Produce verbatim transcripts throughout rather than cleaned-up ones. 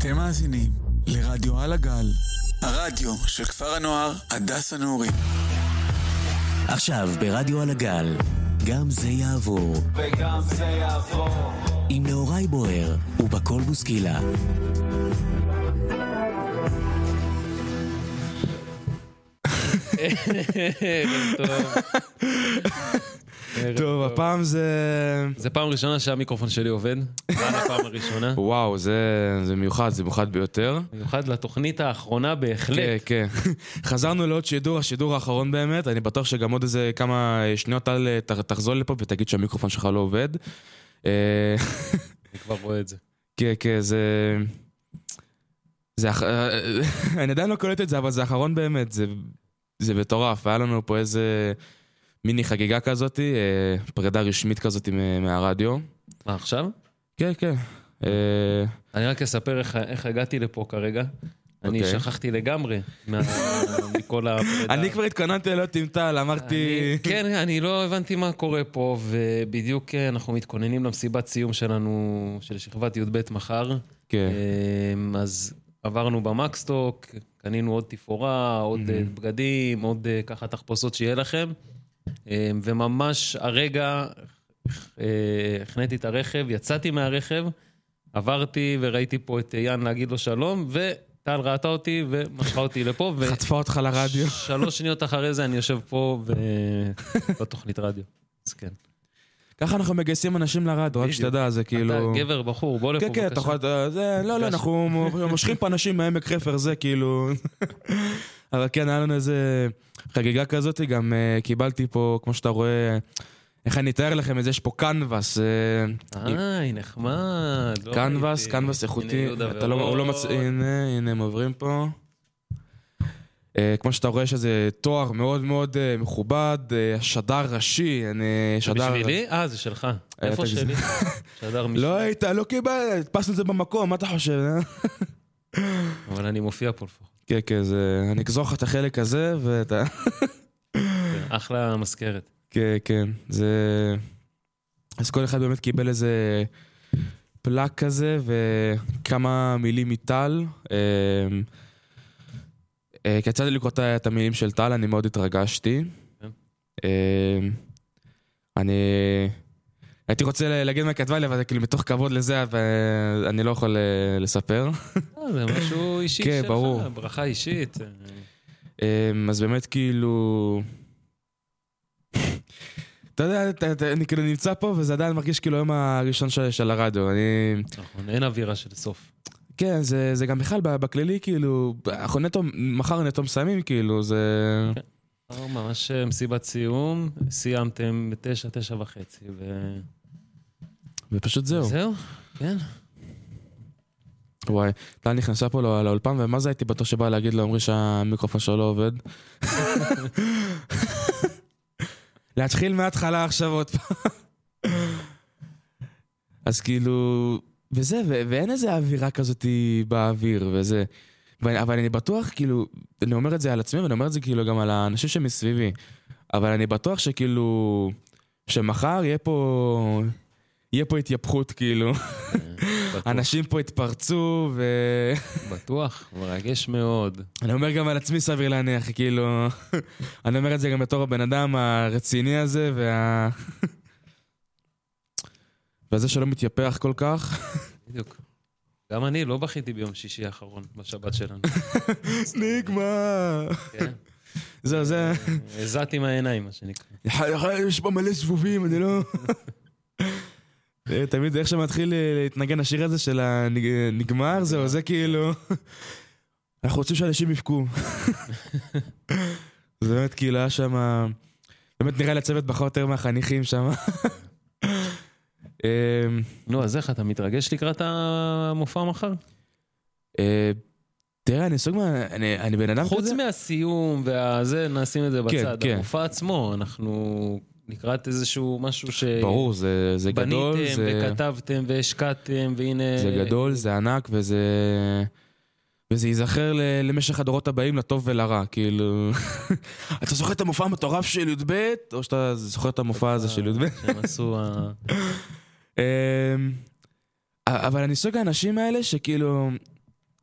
אתם מאזינים לרדיו על הגל, הרדיו של כפר הנוער הדס הנעורים. עכשיו ברדיו על הגל, גם זה יעבור. וגם זה יעבור. עם נאורי בוער ובקול בוסקילה. טוב. טוב, הפעם זה... זה פעם ראשונה שהמיקרופון שלי עובד. זה הפעם הראשונה. וואו, זה מיוחד, זה מיוחד ביותר. מיוחד לתוכנית האחרונה בהחלט. כן, כן. חזרנו לעוד שידור, השידור האחרון באמת. אני בטוח שגם עוד איזה כמה שניות תחזור לפה ותגיד שהמיקרופון שלך לא עובד. אני כבר רואה את זה. כן, כן, זה... זה... אני עדיין לא קולט את זה, אבל זה האחרון באמת. זה... זה מטורף. היה לנו פה איזה... מיני חגיגה כזאת, פרידה רשמית כזאת מהרדיו. מה, עכשיו? כן, כן. אני רק אספר איך הגעתי לפה כרגע. אני שכחתי לגמרי מכל הפרידה. אני כבר התכוננתי להיות עם טל, אמרתי... כן, אני לא הבנתי מה קורה פה, ובדיוק אנחנו מתכוננים למסיבת סיום שלנו, של שכבת י' ב' מחר. כן. אז עברנו במקסטוק, קנינו עוד תפאורה, עוד בגדים, עוד ככה תחפושות שיהיה לכם. וממש הרגע הכנתי את הרכב, יצאתי מהרכב, עברתי וראיתי פה את יאן להגיד לו שלום, וטל ראתה אותי ומשכה אותי לפה. חטפה אותך לרדיו. שלוש שניות אחרי זה אני יושב פה בתוכנית רדיו. אז כן. ככה אנחנו מגייסים אנשים לרדיו, רק שתדע, זה כאילו... אתה גבר, בחור, בוא לפה בבקשה. כן, כן, לא, לא, אנחנו מושכים פה אנשים מעמק חפר, זה כאילו... אבל כן, היה לנו איזה חגיגה כזאת, גם קיבלתי פה, כמו שאתה רואה, איך אני אתאר לכם את זה, יש פה קנבס. איי, נחמד. קנבס, קנבס איכותי. הוא לא מצ... הנה, הנה, הם עוברים פה. כמו שאתה רואה שזה תואר מאוד מאוד מכובד, שדר ראשי, אני שדר... זה בשבילי? אה, זה שלך. איפה שלי? שדר משלי. לא היית, לא קיבל, תפסנו את זה במקום, מה אתה חושב? אבל אני מופיע פה לפחות. כן, כן, אני אגזור לך את החלק הזה, ואתה... אחלה מזכרת. כן, כן, זה... אז כל אחד באמת קיבל איזה פלק כזה, וכמה מילים מטל. כי יצאתי לקרוא את המילים של טל, אני מאוד התרגשתי. אני... הייתי רוצה להגיד מה כתבה לי, אבל זה כאילו מתוך כבוד לזה, ואני לא יכול לספר. זה משהו אישי שלך, ברכה אישית. אז באמת כאילו... אתה יודע, אני כאילו נמצא פה, וזה עדיין מרגיש כאילו היום הראשון של הרדיו. נכון, אין אווירה של סוף. כן, זה גם בכלל בכללי, כאילו, אנחנו נטו, מחר נטו מסיימים, כאילו, זה... ממש מסיבת סיום, סיימתם בתשע, תשע וחצי, ו... ופשוט זהו. זהו, כן. וואי, טל נכנסה פה לאולפן, ומה זה הייתי בטוח שבא להגיד לו, אומרי שהמיקרופון שלו לא עובד? להתחיל מההתחלה עכשיו עוד פעם. אז כאילו, וזה, ואין איזה אווירה כזאת באוויר, וזה... אבל אני בטוח, כאילו, אני אומר את זה על עצמי, ואני אומר את זה כאילו גם על האנשים שמסביבי. אבל אני בטוח שכאילו, שמחר יהיה פה, יהיה פה התייפחות, כאילו. אנשים פה התפרצו, ו... בטוח, מרגש מאוד. אני אומר גם על עצמי סביר להניח, כאילו, אני אומר את זה גם בתור הבן אדם הרציני הזה, וה... וזה שלא מתייפח כל כך. בדיוק. גם אני לא בכיתי ביום שישי האחרון, בשבת שלנו. נגמר. כן. זהו, זה... הזעתי מהעיניים, מה שנקרא. יש פה מלא סבובים, אני לא... תמיד איך שמתחיל להתנגן השיר הזה של הנגמר, זהו, זה כאילו... אנחנו רוצים שאנשים יפקו. זה באמת כאילו היה שם... באמת נראה לצוות בחר יותר מהחניכים שם. נו, אז איך אתה מתרגש לקראת המופע מחר? תראה, אני סוג מה... אני בן אדם כזה... חוץ מהסיום והזה, נשים את זה בצד. המופע עצמו, אנחנו לקראת איזשהו משהו ש... ברור, זה גדול. בניתם וכתבתם והשקעתם, והנה... זה גדול, זה ענק, וזה... וזה ייזכר למשך הדורות הבאים, לטוב ולרע, כאילו... אתה זוכר את המופע המטורף של י' ב', או שאתה זוכר את המופע הזה של י' ב'? שהם עשו ה... אבל אני סוג האנשים האלה שכאילו,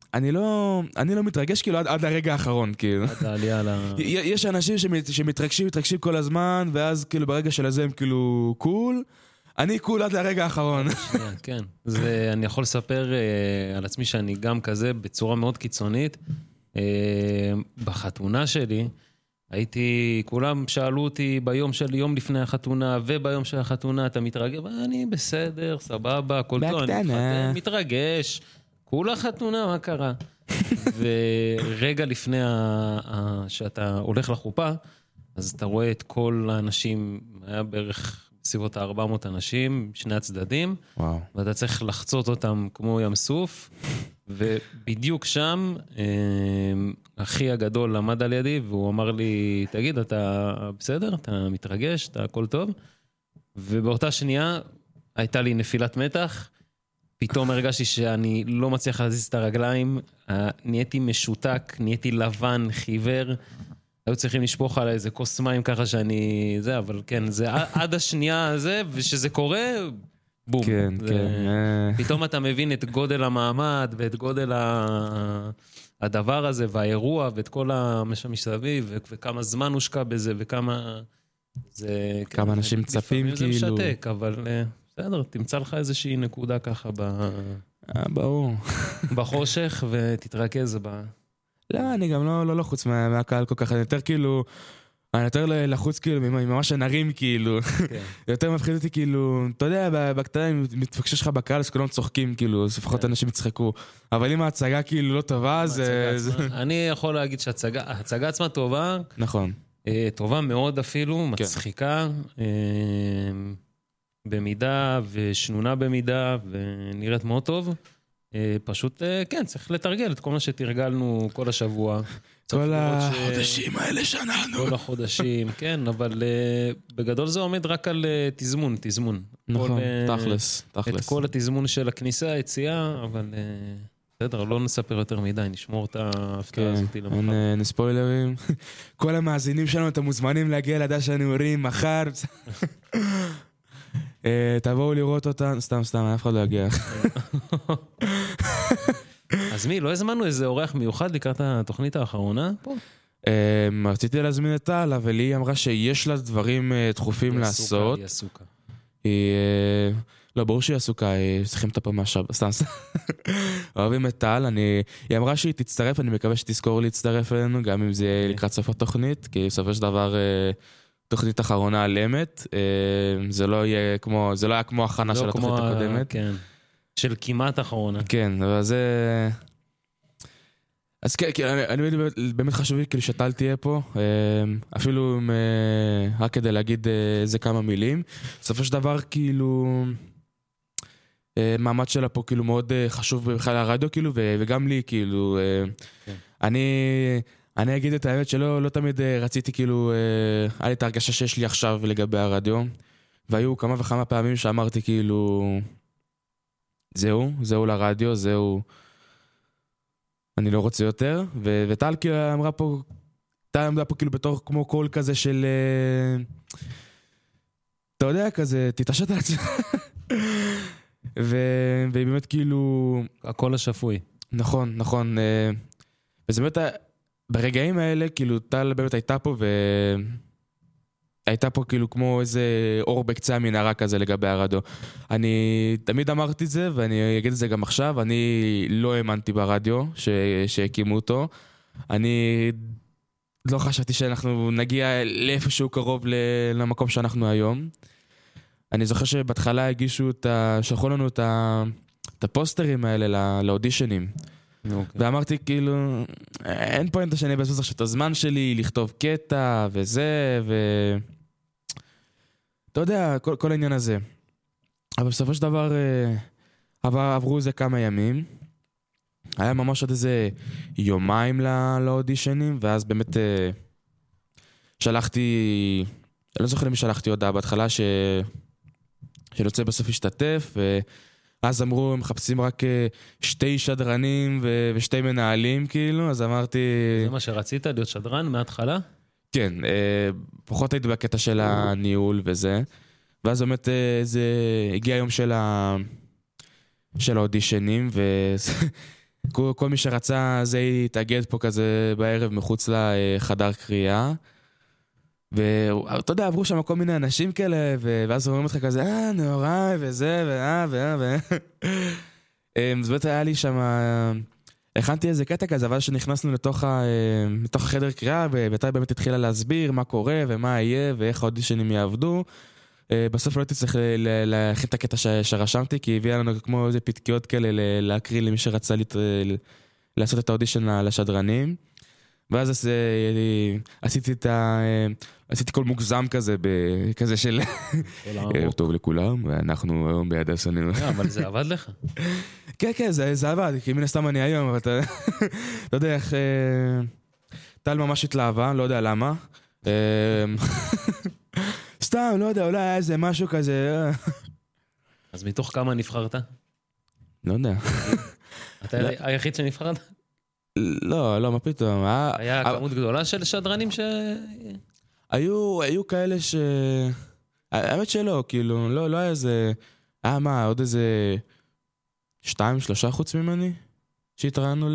אני לא, אני לא מתרגש כאילו עד, עד הרגע האחרון, כאילו. עד העלייה ל... יש אנשים שמת, שמתרגשים, מתרגשים כל הזמן, ואז כאילו ברגע של הזה הם כאילו קול. אני קול עד לרגע האחרון. שנייה, כן. זה, אני יכול לספר אה, על עצמי שאני גם כזה בצורה מאוד קיצונית. אה, בחתונה שלי, הייתי, כולם שאלו אותי ביום של יום לפני החתונה, וביום של החתונה אתה מתרגש, ואני בסדר, סבבה, הכל טוב, אני מתחתן, מתרגש. כולה חתונה, מה קרה? ורגע לפני ה- ה- שאתה הולך לחופה, אז אתה רואה את כל האנשים, היה בערך בסביבות ה-ארבע מאות אנשים, שני הצדדים, וואו. ואתה צריך לחצות אותם כמו ים סוף, ובדיוק שם, אה, אחי הגדול עמד על ידי, והוא אמר לי, תגיד, אתה בסדר? אתה מתרגש? אתה הכל טוב? ובאותה שנייה הייתה לי נפילת מתח, פתאום הרגשתי שאני לא מצליח להזיז את הרגליים, נהייתי משותק, נהייתי לבן, חיוור, היו צריכים לשפוך על איזה כוס מים ככה שאני... זה, אבל כן, זה עד השנייה הזה, ושזה קורה, בום. כן, זה, כן. פתאום אתה מבין את גודל המעמד, ואת גודל ה... הדבר הזה, והאירוע, ואת כל המשסביב, וכמה זמן הושקע בזה, וכמה... זה... כמה כן, אנשים צפים, לפעמים כאילו... זה משתק, אבל... בסדר, תמצא לך איזושהי נקודה ככה ב... אה, ברור. בחושך, ותתרכז ב... לא, אני גם לא, לא לחוץ מה, מהקהל כל כך, אני יותר כאילו, אני יותר לחוץ כאילו, ממש נרים כאילו, כן. יותר מפחיד אותי כאילו, אתה יודע, בקטנה, אם מתפקשש לך בקהל, אז כולם צוחקים כאילו, אז לפחות אנשים יצחקו, אבל אם ההצגה כאילו לא טובה, זה... אני יכול להגיד שההצגה עצמה טובה, נכון. טובה מאוד אפילו, מצחיקה, במידה ושנונה במידה, ונראית מאוד טוב. פשוט, כן, צריך לתרגל את כל מה שתרגלנו כל השבוע. כל החודשים האלה שאנחנו. כל החודשים, כן, אבל בגדול זה עומד רק על תזמון, תזמון. נכון, תכלס, תכלס. את כל התזמון של הכניסה, היציאה, אבל בסדר, לא נספר יותר מדי, נשמור את ההפתעה הזאת למחר. אין ספוילרים. כל המאזינים שלנו, אתם מוזמנים להגיע לדש הנעורים מחר. תבואו לראות אותה, סתם, סתם, אף אחד לא יגיע. אז מי, לא הזמנו איזה אורח מיוחד לקראת התוכנית האחרונה פה? רציתי להזמין את טל, אבל היא אמרה שיש לה דברים דחופים לעשות. היא עסוקה. היא... לא, ברור שהיא עסוקה, היא צריכים את הפה מהשב, סתם, סתם. אוהבים את טל, היא אמרה שהיא תצטרף, אני מקווה שתזכור להצטרף אלינו, גם אם זה יהיה לקראת סוף התוכנית, כי בסופו של דבר... תוכנית אחרונה על אמת, זה לא יהיה כמו, זה לא היה כמו הכנה של התוכנית הקודמת. כן, של כמעט אחרונה. כן, אבל זה... אז כן, אני באמת חשוב לי כאילו שטל תהיה פה, אפילו רק כדי להגיד איזה כמה מילים. בסופו של דבר כאילו, מעמד שלה פה כאילו מאוד חשוב בכלל הרדיו כאילו, וגם לי כאילו, אני... אני אגיד את האמת שלא לא תמיד רציתי כאילו, היה לי את הרגשה שיש לי עכשיו לגבי הרדיו, והיו כמה וכמה פעמים שאמרתי כאילו, זהו, זהו לרדיו, זהו, אני לא רוצה יותר, ו- וטל כאילו אמרה פה, טל עמדה פה כאילו בתור כמו קול כזה של, אתה יודע, כזה, תתעשת על עצמך, ו- והיא באמת כאילו... הקול השפוי. נכון, נכון, וזה באמת... ברגעים האלה, כאילו, טל באמת הייתה פה, והייתה פה כאילו כמו איזה אור בקצה המנהרה כזה לגבי הרדיו. אני תמיד אמרתי את זה, ואני אגיד את זה גם עכשיו, אני לא האמנתי ברדיו ש... שהקימו אותו. אני לא חשבתי שאנחנו נגיע לאיפשהו קרוב למקום שאנחנו היום. אני זוכר שבהתחלה הגישו את ה... שלחו לנו את, ה... את הפוסטרים האלה לאודישנים. Okay. ואמרתי כאילו, אין פואנטה שאני אבזבז עכשיו את הזמן שלי לכתוב קטע וזה ו... אתה יודע, כל, כל העניין הזה. אבל בסופו של דבר עבר, עברו איזה כמה ימים. היה ממש עוד איזה יומיים לא, לאודישנים, ואז באמת שלחתי, אני לא זוכר למי שלחתי הודעה בהתחלה ש... שאני רוצה בסוף להשתתף ו... אז אמרו, הם מחפשים רק שתי שדרנים ו- ושתי מנהלים, כאילו, אז אמרתי... זה מה שרצית, להיות שדרן מההתחלה? כן, פחות הייתי בקטע של הניהול וזה, ואז באמת זה הגיע היום של, ה... של האודישנים, כל, כל מי שרצה זה התאגד פה כזה בערב מחוץ לחדר קריאה. ואתה יודע, עברו שם כל מיני אנשים כאלה, ואז אומרים אותך כזה, אה, נאורי, וזה, ואה, ואה, ואה. אז באמת היה לי שם, הכנתי איזה קטע כזה, אבל שנכנסנו לתוך החדר קריאה, ואתה באמת התחילה להסביר מה קורה, ומה יהיה, ואיך האודישנים יעבדו. בסוף לא הייתי צריך להכין את הקטע שרשמתי, כי הביאה לנו כמו איזה פתקיות כאלה להקריא למי שרצה לעשות את האודישן לשדרנים. ואז עשיתי את ה... עשיתי כל מוגזם כזה, כזה של... ערב טוב לכולם, ואנחנו היום בהדסה נאור. אבל זה עבד לך. כן, כן, זה עבד, כי מן הסתם אני היום, אבל אתה... לא יודע איך... טל ממש התלהבה, לא יודע למה. סתם, לא יודע, אולי היה איזה משהו כזה... אז מתוך כמה נבחרת? לא יודע. אתה היחיד שנבחרת? לא, לא, מה פתאום. היה כמות גדולה של שדרנים ש... היו, היו כאלה ש... האמת שלא, כאילו, לא, לא היה איזה... אה, מה, עוד איזה... שתיים, שלושה חוץ ממני? שהתראינו ל...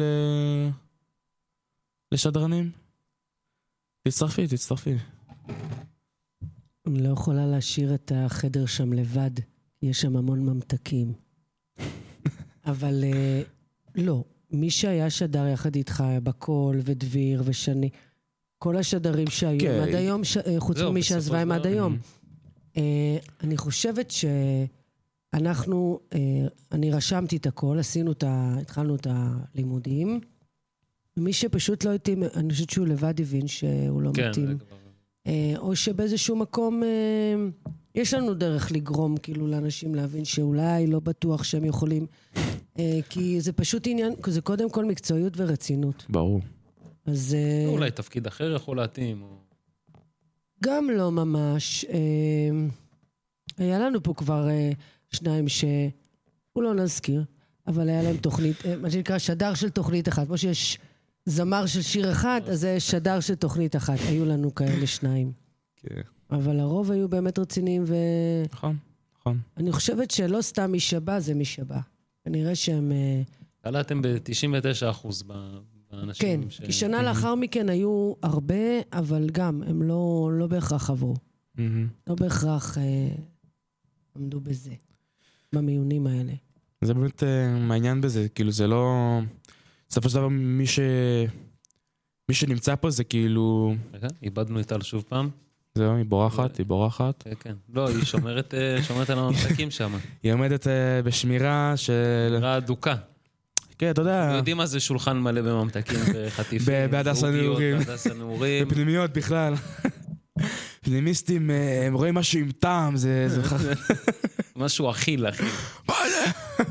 לשדרנים? תצטרפי, תצטרפי. אני לא יכולה להשאיר את החדר שם לבד. יש שם המון ממתקים. אבל לא. מי שהיה שדר יחד איתך, בקול ודביר ושני, כל השדרים שהיו כן. עד היום, ש... חוץ ממי שעזבה הם עד היום. Mm-hmm. אני חושבת שאנחנו, אני רשמתי את הכל, עשינו את ה... התחלנו את הלימודים, מי שפשוט לא הייתי, אני חושבת שהוא לבד הבין שהוא לא כן, מתאים. או שבאיזשהו מקום, יש לנו דרך לגרום כאילו לאנשים להבין שאולי לא בטוח שהם יכולים, כי זה פשוט עניין, זה קודם כל מקצועיות ורצינות. ברור. אז... אולי תפקיד אחר יכול להתאים. או... גם לא ממש. היה לנו פה כבר שניים שהוא לא נזכיר, אבל היה להם תוכנית, מה שנקרא שדר של תוכנית אחת. כמו שיש זמר של שיר אחד, אז זה שדר של תוכנית אחת. היו לנו כאלה שניים. כן. אבל הרוב היו באמת רציניים ו... נכון, נכון. אני חושבת שלא סתם מי שבא, זה מי שבא. כנראה שהם... קלעתם ב-תשעים ותשעה אחוז באנשים. כן, כי שנה לאחר מכן היו הרבה, אבל גם הם לא, לא בהכרח עברו. לא בהכרח עמדו בזה, במיונים האלה. זה באמת מעניין בזה, כאילו זה לא... בסופו של דבר מי ש... מי שנמצא פה זה כאילו... רגע, איבדנו איתה שוב פעם. זהו, היא בורחת, היא בורחת. כן, כן. לא, היא שומרת, שומרת על הממתקים שם. היא עומדת בשמירה של... שמירה אדוקה. כן, אתה יודע... יודעים מה זה שולחן מלא בממתקים וחטיפים. בהדסה נעורים. בהדסה נעורים. בפנימיות בכלל. פנימיסטים, הם רואים משהו עם טעם, זה... משהו אכיל, אכיל. מה זה?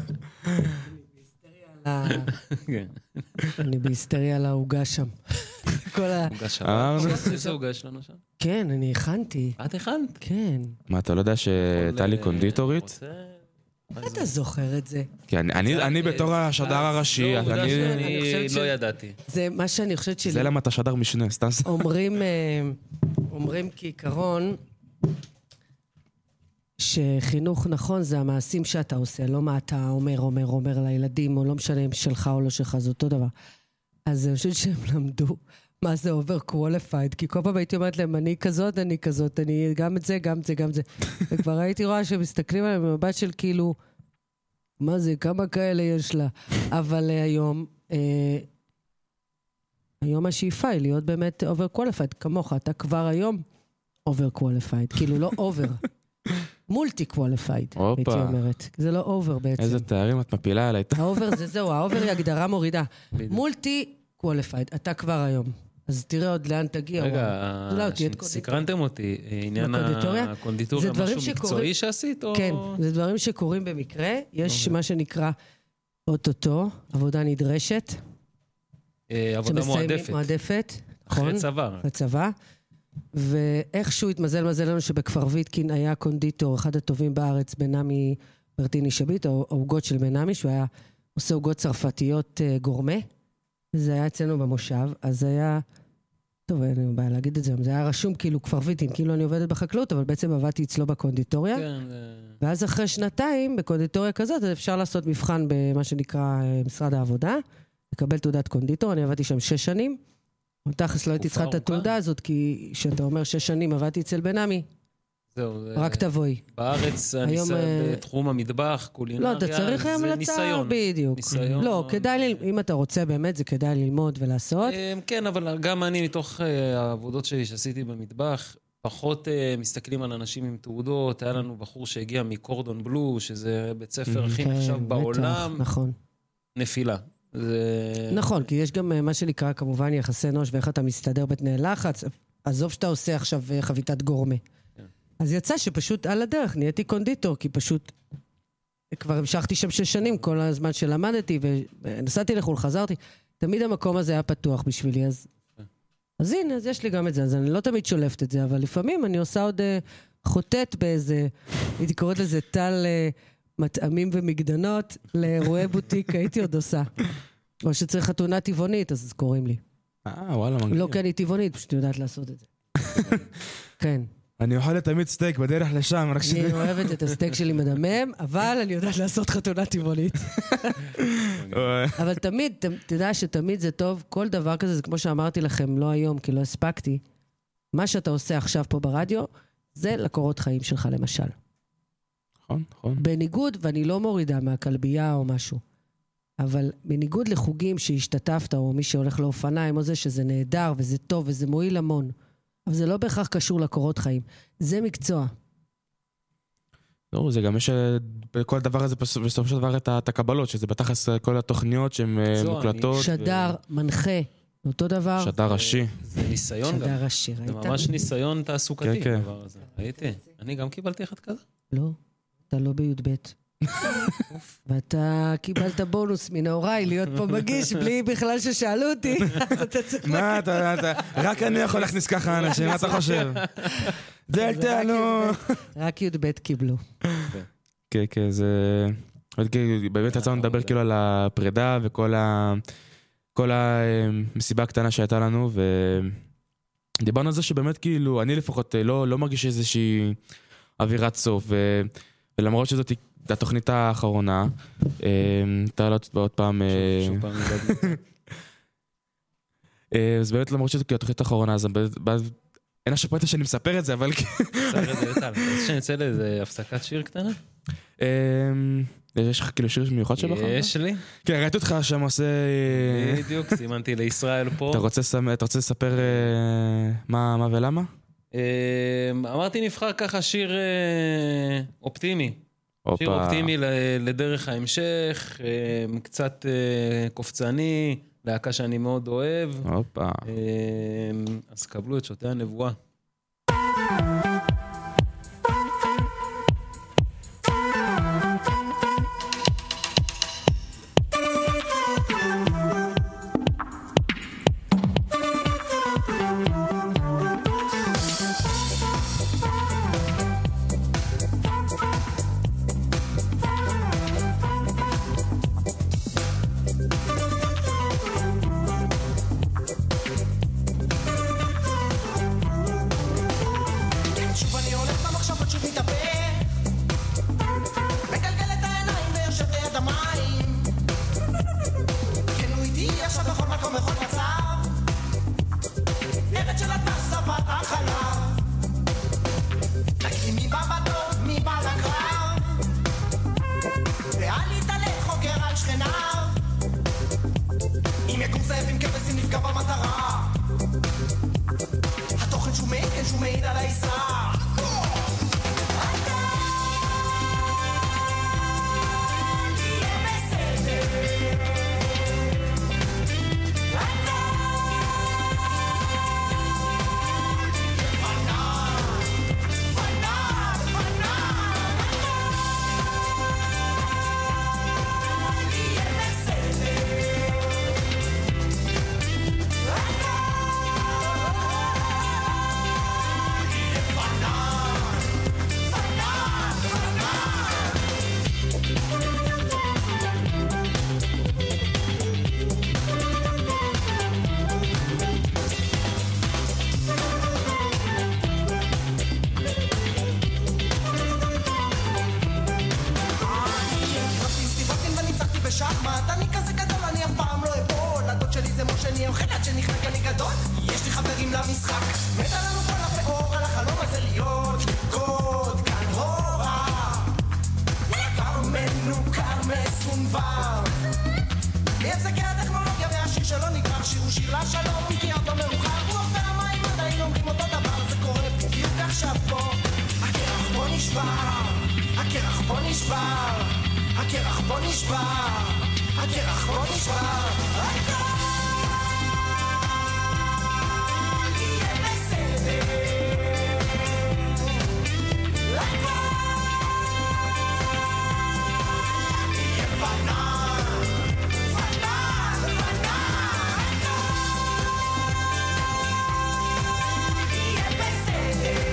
אני בהיסטריה על ההוגה שם. הוגה שם. איזה הוגה יש לנו שם? כן, אני הכנתי. את הכנת? כן. מה, אתה לא יודע שטלי קונדיטורית? אתה זוכר את זה? כן, אני בתור השדר הראשי, אני לא ידעתי. זה מה שאני חושבת שלי. זה למה אתה שדר משנה, סתם. אומרים כעיקרון שחינוך נכון זה המעשים שאתה עושה, לא מה אתה אומר, אומר, אומר לילדים, או לא משנה אם שלך או לא שלך, זה אותו דבר. אז אני חושבת שהם למדו מה זה over qualified, כי כל פעם הייתי אומרת להם, אני כזאת, אני כזאת, אני גם את זה, גם את זה, גם את זה. וכבר הייתי רואה שמסתכלים עליהם במבט של כאילו, מה זה, כמה כאלה יש לה. אבל היום, היום השאיפה היא להיות באמת over qualified, כמוך, אתה כבר היום over qualified, כאילו לא over. מולטי קוואליפייד, הייתי אומרת. זה לא אובר בעצם. איזה תארים את מפילה עליי. האובר זה זהו, האובר היא הגדרה מורידה. מולטי קוואליפייד, אתה כבר היום. אז תראה עוד לאן תגיע. רגע, סקרנתם אותי, עניין הקונדיטוריה, משהו מקצועי שעשית? כן, זה דברים שקורים במקרה. יש מה שנקרא אוטוטו, עבודה נדרשת. עבודה מועדפת. מועדפת, נכון? אחרי צבא. אחרי צבא. ואיכשהו התמזל מזל לנו שבכפר ויטקין היה קונדיטור, אחד הטובים בארץ, בנמי ברטיני שביט, או עוגות של בנמי, שהוא היה עושה עוגות צרפתיות גורמה, וזה היה אצלנו במושב, אז זה היה, טוב, אני באה להגיד את זה, זה היה רשום כאילו כפר ויטקין, כאילו אני עובדת בחקלאות, אבל בעצם עבדתי אצלו בקונדיטוריה, כן, ואז אחרי שנתיים, בקונדיטוריה כזאת, אפשר לעשות מבחן במה שנקרא משרד העבודה, לקבל תעודת קונדיטור, אני עבדתי שם שש שנים, תכלס לא הייתי צריכה את התעודה הזאת, כי כשאתה אומר שש שנים עבדתי אצל בן-עמי, רק תבואי. בארץ הניסיון בתחום המטבח, קולינריה, לא, אתה צריך המלצה, בדיוק. לא, כדאי, אם אתה רוצה באמת, זה כדאי ללמוד ולעשות. כן, אבל גם אני, מתוך העבודות שלי שעשיתי במטבח, פחות מסתכלים על אנשים עם תעודות. היה לנו בחור שהגיע מקורדון בלו, שזה בית ספר הכי נחשב בעולם. נכון. נפילה. נכון, כי יש גם מה שנקרא כמובן יחסי אנוש, ואיך אתה מסתדר בתנאי לחץ. עזוב שאתה עושה עכשיו חביתת גורמה. אז יצא שפשוט על הדרך נהייתי קונדיטור, כי פשוט כבר המשכתי שם שש שנים כל הזמן שלמדתי, ונסעתי לחול, חזרתי. תמיד המקום הזה היה פתוח בשבילי, אז... אז הנה, אז יש לי גם את זה, אז אני לא תמיד שולפת את זה, אבל לפעמים אני עושה עוד uh, חוטט באיזה, הייתי קוראת לזה טל uh, מטעמים ומגדנות, לאירועי בוטיק, הייתי עוד עושה. או שצריך חתונה טבעונית, אז קוראים לי. אה, וואלה, מגניב. לא, כן, היא טבעונית, פשוט יודעת לעשות את זה. כן. אני אוכלת תמיד סטייק בדרך לשם, רק שזה... אני אוהבת את הסטייק שלי מדמם, אבל אני יודעת לעשות חתונה טבעונית. אבל תמיד, תדע שתמיד זה טוב, כל דבר כזה, זה כמו שאמרתי לכם, לא היום, כי לא הספקתי, מה שאתה עושה עכשיו פה ברדיו, זה לקורות חיים שלך למשל. נכון, נכון. בניגוד, ואני לא מורידה מהכלבייה או משהו, אבל בניגוד לחוגים שהשתתפת, או מי שהולך לאופניים, או זה שזה נהדר, וזה טוב, וזה מועיל המון, אבל זה לא בהכרח קשור לקורות חיים. זה מקצוע. לא, זה גם יש בכל דבר הזה בסופו של דבר את הקבלות, שזה בתכלס כל התוכניות שהן מוקלטות. שדר, מנחה, אותו דבר. שדר ראשי. זה ניסיון גם. שדר ראשי, ראית? זה ממש ניסיון תעסוקתי. כן, כן. ראיתי. אני גם קיבלתי אחד כזה. לא, אתה לא בי"ב. ואתה קיבלת בונוס מנהוריי להיות פה מגיש בלי בכלל ששאלו אותי. מה אתה, רק אני יכול להכניס ככה אנשים, מה אתה חושב? דלתה, נו. רק י"ב קיבלו. כן, כן, זה... באמת יצאנו לדבר כאילו על הפרידה וכל ה... כל המסיבה הקטנה שהייתה לנו, ודיברנו על זה שבאמת כאילו, אני לפחות לא מרגיש איזושהי אווירת סוף, ולמרות שזאת התוכנית האחרונה, תעלות בעוד פעם... אז באמת למרות שזאת התוכנית האחרונה, אז אין השפוטה שאני מספר את זה, אבל... מספר את זה יותר. אז שנצא לאיזה הפסקת שיר קטנה? יש לך כאילו שיר מיוחד שלך? יש לי. כן, ראיתי אותך שם עושה... בדיוק, סימנתי לישראל פה. אתה רוצה לספר מה ולמה? אמרתי נבחר ככה שיר אופטימי. שיר אופטימי לדרך ההמשך, קצת קופצני, להקה שאני מאוד אוהב. אז קבלו את שוטי הנבואה. בשחמט, אני כזה גדול, אני אף פעם לא אפול. זה משה נהיה אוכלת שנחלק אני גדול. יש לי חברים למשחק, מתה לנו כל הפאור על החלום הזה להיות קוד כאן הורה יקר מנוכר מסונבר. מי זה כהטכנולוגיה והשיר שלו נקרא שיר הוא שיר לשלום, כי עוד לא מאוחר הוא עובר המים עדיין אומרים אותו דבר. זה קורה בדיוק עכשיו פה, הקרח פה נשבר, הקרח פה נשבר, הקרח פה נשבר, הקרח פה נשבר. הכל יהיה בסדר, הכל יהיה פנן, פנן, פנן. הכל יהיה בסדר,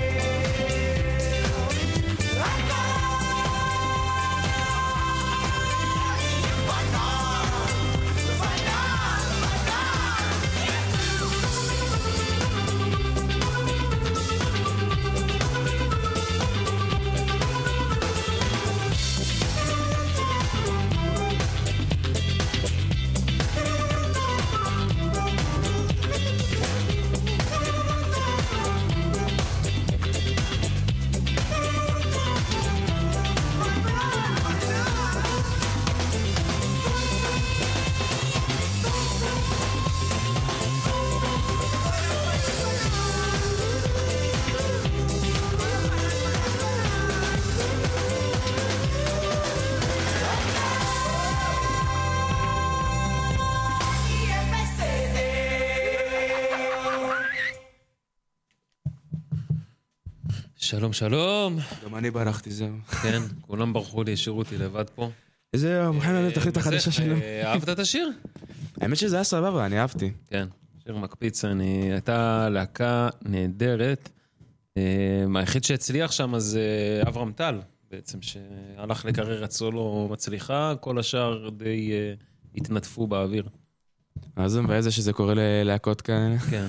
שלום, שלום. גם אני ברחתי, זהו. כן, כולם ברחו לי, השאירו אותי לבד פה. איזה מוכן לתכלית החדשה שלו. אהבת את השיר? האמת שזה היה סבבה, אני אהבתי. כן, שיר מקפיץ, אני... הייתה להקה נהדרת. היחיד שהצליח שם אז אברהם טל, בעצם, שהלך לקריירת סולו מצליחה, כל השאר די התנדפו באוויר. אז זה מבאס שזה קורה ללהקות כאלה. כן.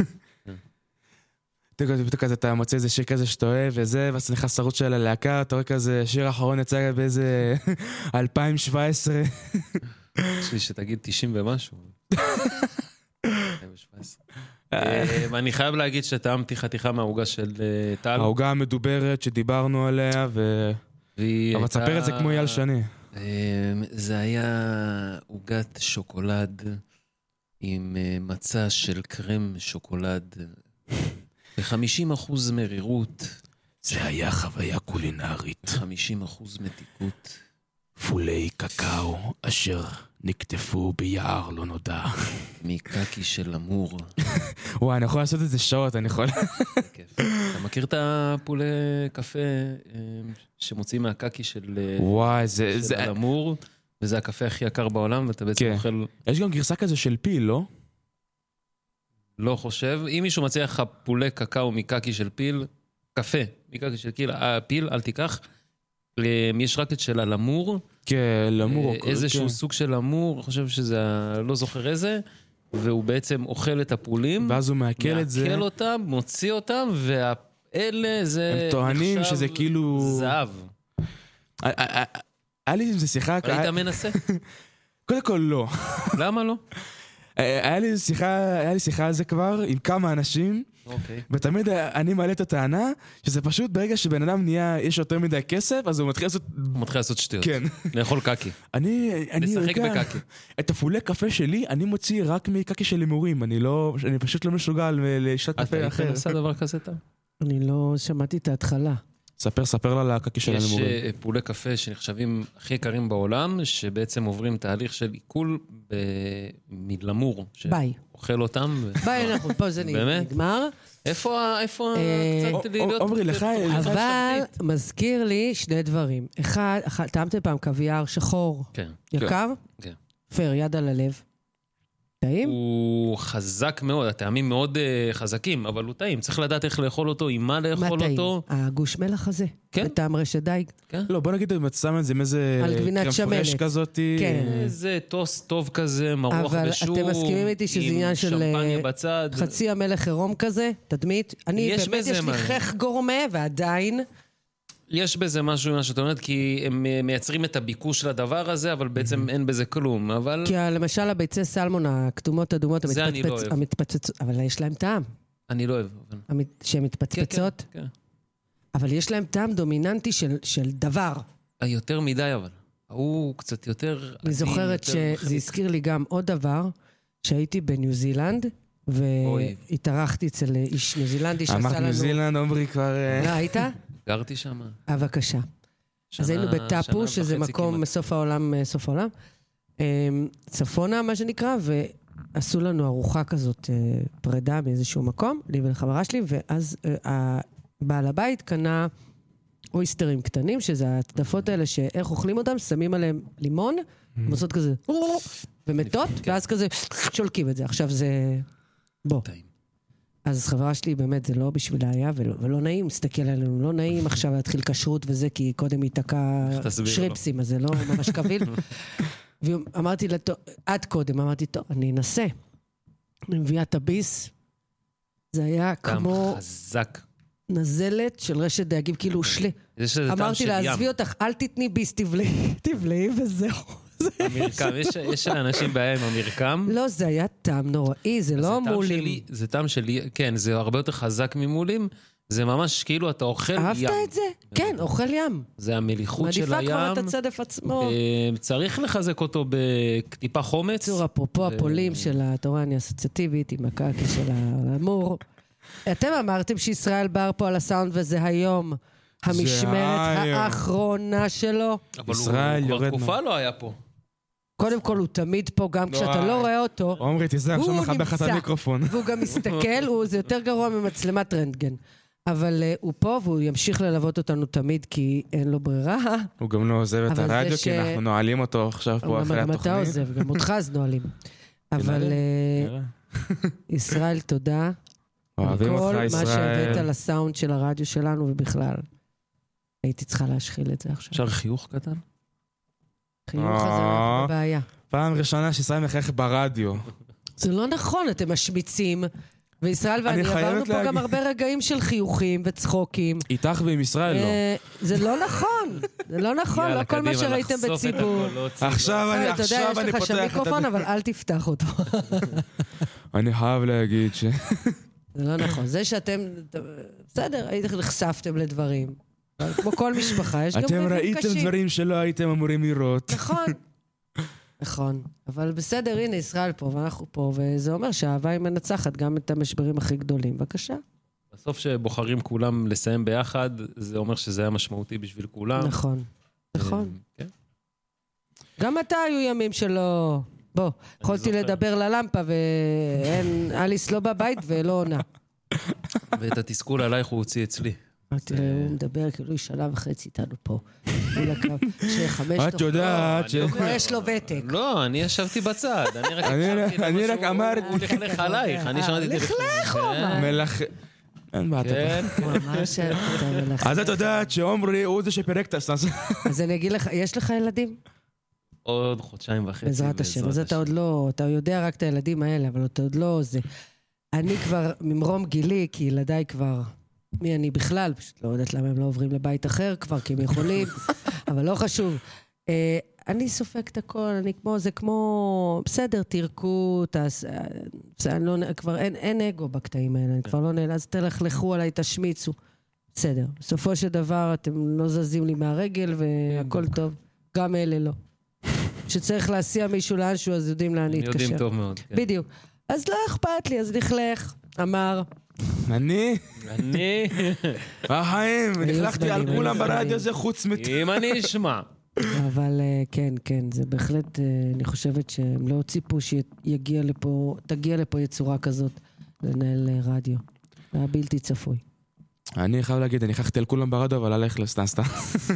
פתאום כזה אתה מוצא איזה שיר כזה שאתה אוהב וזה, ואז נכנס לרוץ של הלהקה, אתה רואה כזה שיר האחרון יצא באיזה אלפיים שבע עשרה. יש לי שתגיד תשעים ומשהו. אלפיים שבע עשרה. אני חייב להגיד שטעמתי חתיכה מהעוגה של טל. העוגה המדוברת שדיברנו עליה, אבל תספר את זה כמו אייל שני. זה היה עוגת שוקולד עם מצע של קרם שוקולד ב-חמישים אחוז מרירות. זה היה חוויה קולינרית. חמישים אחוז מתיקות. פולי קקאו אשר נקטפו ביער לא נודע. מקקי של אמור. וואי, אני יכול לעשות את זה שעות, אני יכול. כיף. אתה מכיר את הפולי קפה שמוצאים מהקקי של אמור? וזה הקפה הכי יקר בעולם, ואתה בעצם אוכל... יש גם גרסה כזה של פיל, לא? לא חושב. אם מישהו מציע לך פולי קקאו מקקי של פיל, קפה מקקי של פיל, אל תיקח. יש רק את של הלמור. כן, למור. איזשהו סוג של למור, אני חושב שזה, לא זוכר איזה, והוא בעצם אוכל את הפולים. ואז הוא מעכל את זה. מעכל אותם, מוציא אותם, והאלה זה... הם טוענים שזה כאילו... זהב. היה לי עם זה שיחה... ראית מנסה? קודם כל לא. למה לא? היה לי שיחה, היה לי שיחה על זה כבר עם כמה אנשים, ותמיד אני מעלה את הטענה, שזה פשוט ברגע שבן אדם נהיה, יש יותר מדי כסף, אז הוא מתחיל לעשות... הוא מתחיל לעשות שטויות. כן. לאכול קקי. אני... לשחק בקקי. את הפולי קפה שלי, אני מוציא רק מקקי של הימורים, אני לא... אני פשוט לא משוגל לשתות קפה אחר. אתה מנסה דבר כזה טוב? אני לא שמעתי את ההתחלה. ספר, ספר לה לקקי של הימורים. יש פולי קפה שנחשבים הכי יקרים בעולם, שבעצם עוברים תהליך של עיכול מלמור. ביי. אוכל אותם. ביי, אנחנו פה זה נגמר. איפה, איפה קצת להיות... עומרי, לך... אבל מזכיר לי שני דברים. אחד, טעמתם פעם קוויאר שחור. כן. יקר? כן. פר, יד על הלב. טעים? הוא חזק מאוד, הטעמים מאוד uh, חזקים, אבל הוא טעים. צריך לדעת איך לאכול אותו, עם מה לאכול מה אותו. טעים? הגוש מלח הזה? כן. בטעם רשת דייג? כן. לא, בוא נגיד, אם את שמה את זה עם איזה... על גבינת שמנת. קרם כזאת. כן. איזה טוס טוב כזה, מרוח בשום. אבל אתם מסכימים איתי שזה עניין של... שמפניה בצד. חצי המלך עירום כזה, תדמית. אני באמת יש לי חך גורמה, ועדיין... יש בזה משהו, מה שאת אומרת, כי הם מייצרים את הביקוש לדבר הזה, אבל בעצם אין בזה כלום, אבל... כי למשל הביצי סלמון, הכתומות אדומות, זה אני לא אוהב. המתפצצות, אבל יש להם טעם. אני לא אוהב. אבל... שהן מתפצפצות? כן, כן. אבל יש להם טעם דומיננטי של, של דבר. יותר מדי, אבל. הוא קצת יותר... אני זוכרת שזה הזכיר לי גם עוד דבר, שהייתי בניו זילנד, והתארחתי אצל איש ניו זילנדי שעשה לנו... אמרת ניו זילנד, עומרי כבר... לא, היית? גרתי שם. אה, בבקשה. אז היינו בטאפו, שזה מקום מסוף העולם, סוף העולם. צפונה, מה שנקרא, ועשו לנו ארוחה כזאת פרידה מאיזשהו מקום, לי ולחברה שלי, ואז בעל הבית קנה אויסטרים קטנים, שזה הצדפות האלה שאיך אוכלים אותם, שמים עליהם לימון, ועושות כזה, ומתות, ואז כזה שולקים את זה. עכשיו זה... בוא. אז חברה שלי באמת זה לא בשבילה היה, ולא, ולא נעים, מסתכל עלינו, לא נעים עכשיו להתחיל כשרות וזה, כי קודם היא תקע שריפסים, אז זה לא ממש קביל. ואמרתי לה, עד קודם, אמרתי, טוב, אני אנסה. אני מביאה את הביס, זה היה כמו... חזק. נזלת של רשת דייגים, כאילו שלי. אמרתי לה, עזבי אותך, אל תתני ביס, תבלעי, תבלעי וזהו. המרקם, יש לאנשים בעיה עם המרקם. לא, זה היה טעם נוראי, זה לא מולים. זה טעם שלי, כן, זה הרבה יותר חזק ממולים, זה ממש כאילו אתה אוכל ים. אהבת את זה? כן, אוכל ים. זה המליחות של הים. מעדיפה כבר את הצדף עצמו. צריך לחזק אותו בטיפה חומץ. צור, אפרופו הפולים של התורניה האסוציאטיבית, עם הקעקע של האמור. אתם אמרתם שישראל בר פה על הסאונד, וזה היום המשמרת האחרונה שלו. אבל הוא כבר תקופה לא היה פה. קודם כל הוא תמיד פה, גם כשאתה לא רואה אותו. עומרי, תיזהר, עכשיו מחבך את המיקרופון. והוא גם מסתכל, זה יותר גרוע ממצלמת רנטגן. אבל הוא פה והוא ימשיך ללוות אותנו תמיד, כי אין לו ברירה. הוא גם לא עוזב את הרדיו, כי אנחנו נועלים אותו עכשיו פה אחרי התוכנית. גם אתה עוזב, גם אותך אז נועלים. אבל ישראל, תודה. אוהבים אותך, ישראל. כל מה שהבאת לסאונד של הרדיו שלנו ובכלל. הייתי צריכה להשחיל את זה עכשיו. אפשר חיוך קטן? חיוך הזה אנחנו בבעיה. פעם ראשונה שישראל מחייך ברדיו. זה לא נכון, אתם משמיצים. וישראל ואני עברנו פה גם הרבה רגעים של חיוכים וצחוקים. איתך ועם ישראל לא. זה לא נכון. זה לא נכון, לא כל מה שראיתם בציבור. עכשיו אני פותח את אתה יודע, יש לך שם מיקרופון, אבל אל תפתח אותו. אני חייב להגיד ש... זה לא נכון. זה שאתם... בסדר, הייתם נחשפתם לדברים. כמו כל משפחה, יש גם אתם רגעים קשים. ראיתם דברים שלא הייתם אמורים לראות. נכון. נכון. אבל בסדר, הנה, ישראל פה, ואנחנו פה, וזה אומר שהאהבה היא מנצחת גם את המשברים הכי גדולים. בבקשה. בסוף שבוחרים כולם לסיים ביחד, זה אומר שזה היה משמעותי בשביל כולם. נכון. נכון. גם אתה היו ימים שלא... בוא, יכולתי לדבר ללמפה, ואין... אליס לא בבית ולא עונה. ואת התסכול עלייך הוא הוציא אצלי. תראה, הוא מדבר כאילו היא שנה וחצי איתנו פה. את יודעת ש... יש לו ותק. לא, אני ישבתי בצד. אני רק אמרתי... הוא לכלך עלייך. אני שמעתי... לכלך, הוא אמר. מלך... אין בעיה. כן. ממש אתה מלך. אז את יודעת שעומרי הוא זה שפרק את הסנס. אז אני אגיד לך, יש לך ילדים? עוד חודשיים וחצי. בעזרת השם. אז אתה עוד לא... אתה יודע רק את הילדים האלה, אבל אתה עוד לא זה. אני כבר ממרום גילי, כי ילדיי כבר... מי אני בכלל, פשוט לא יודעת למה הם לא עוברים לבית אחר כבר, כי הם יכולים, אבל לא חשוב. אני סופק את הכל, אני כמו, זה כמו, בסדר, תירקו, כבר אין אגו בקטעים האלה, אני כבר לא נהנה, אז תלכלכו עליי, תשמיצו. בסדר, בסופו של דבר אתם לא זזים לי מהרגל והכל טוב, גם אלה לא. שצריך להסיע מישהו לאנשהו, אז יודעים לאן להתקשר. יודעים טוב מאוד. בדיוק. אז לא אכפת לי, אז לכלך, אמר... אני? אני? החיים, נחלכתי על כולם ברדיו הזה חוץ מת... אם אני אשמע. אבל כן, כן, זה בהחלט, אני חושבת שהם לא ציפו שיגיע לפה, תגיע לפה יצורה כזאת לנהל רדיו. זה היה בלתי צפוי. אני חייב להגיד, אני חכתי על כולם ברדיו, אבל הלך לסתם סתם.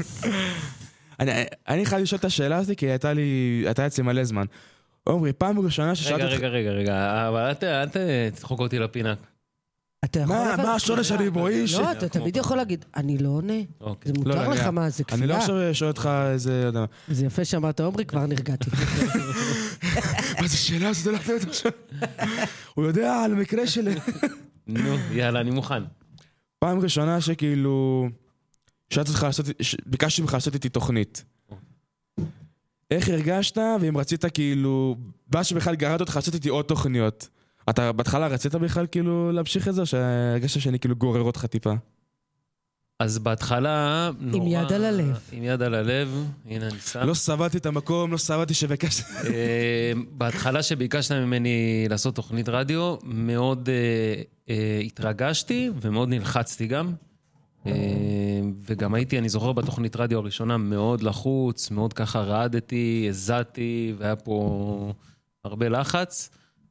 אני חייב לשאול את השאלה הזאת, כי הייתה לי, הייתה אצלי מלא זמן. עומרי, פעם ראשונה ששאלת... רגע, רגע, רגע, רגע, אבל אל תצחוק אותי לפינה. מה, מה השורש הריבועי? לא, אתה תמיד יכול להגיד, אני לא עונה. זה מותר לך מה, זה כפייה. אני לא עכשיו שואל אותך איזה... זה יפה שאמרת, עומרי, כבר נרגעתי. מה זה שאלה? זה לא יודעת עכשיו. הוא יודע על המקרה שלי. נו, יאללה, אני מוכן. פעם ראשונה שכאילו... שאלתי אותך לעשות, ביקשתי ממך לעשות איתי תוכנית. איך הרגשת, ואם רצית כאילו, מה שבכלל גרד אותך לעשות איתי עוד תוכניות. אתה בהתחלה רצית בכלל כאילו להמשיך את זה, או שהרגשת שאני כאילו גורר אותך טיפה? אז בהתחלה נורא... עם יד על הלב. עם יד על הלב, הנה אני שם. לא סבלתי את המקום, לא סבלתי שביקשת. בהתחלה שביקשת ממני לעשות תוכנית רדיו, מאוד התרגשתי ומאוד נלחצתי גם. וגם הייתי, אני זוכר בתוכנית רדיו הראשונה, מאוד לחוץ, מאוד ככה רעדתי, הזעתי, והיה פה הרבה לחץ.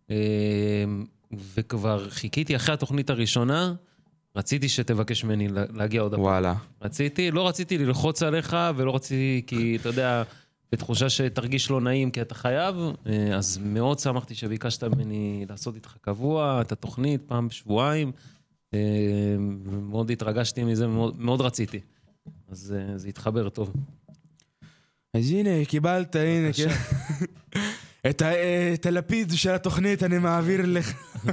וכבר חיכיתי אחרי התוכנית הראשונה, רציתי שתבקש ממני להגיע עוד הפעם. וואלה. רציתי, לא רציתי ללחוץ עליך, ולא רציתי, כי אתה יודע, בתחושה שתרגיש לא נעים, כי אתה חייב, אז מאוד שמחתי שביקשת ממני לעשות איתך קבוע, את התוכנית, פעם בשבועיים, ומאוד התרגשתי מזה, מאוד, מאוד רציתי. אז זה התחבר טוב. אז הנה, קיבלת, הנה. את, את הלפיד של התוכנית אני מעביר לך.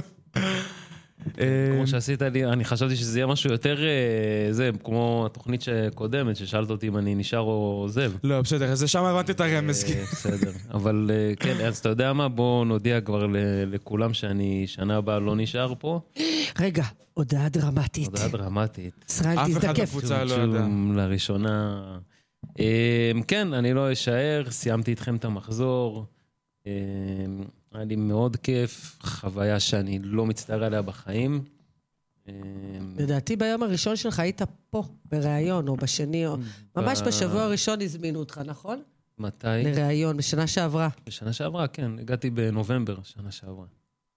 כמו שעשית לי, אני חשבתי שזה יהיה משהו יותר, זה, כמו התוכנית שקודמת, ששאלת אותי אם אני נשאר או עוזב. לא, בסדר, אז שם הבנתי את הרמז. בסדר, אבל כן, אז אתה יודע מה, בוא נודיע כבר לכולם שאני שנה הבאה לא נשאר פה. רגע, הודעה דרמטית. הודעה דרמטית. ישראל, אף אחד תזדקף. בקבוצה לא יודע. לראשונה. כן, אני לא אשאר, סיימתי איתכם את המחזור. היה לי מאוד כיף, חוויה שאני לא מצטער עליה בחיים. לדעתי ביום הראשון שלך היית פה, בראיון, או בשני, או... ממש בשבוע הראשון הזמינו אותך, נכון? מתי? לראיון, בשנה שעברה. בשנה שעברה, כן. הגעתי בנובמבר, שנה שעברה.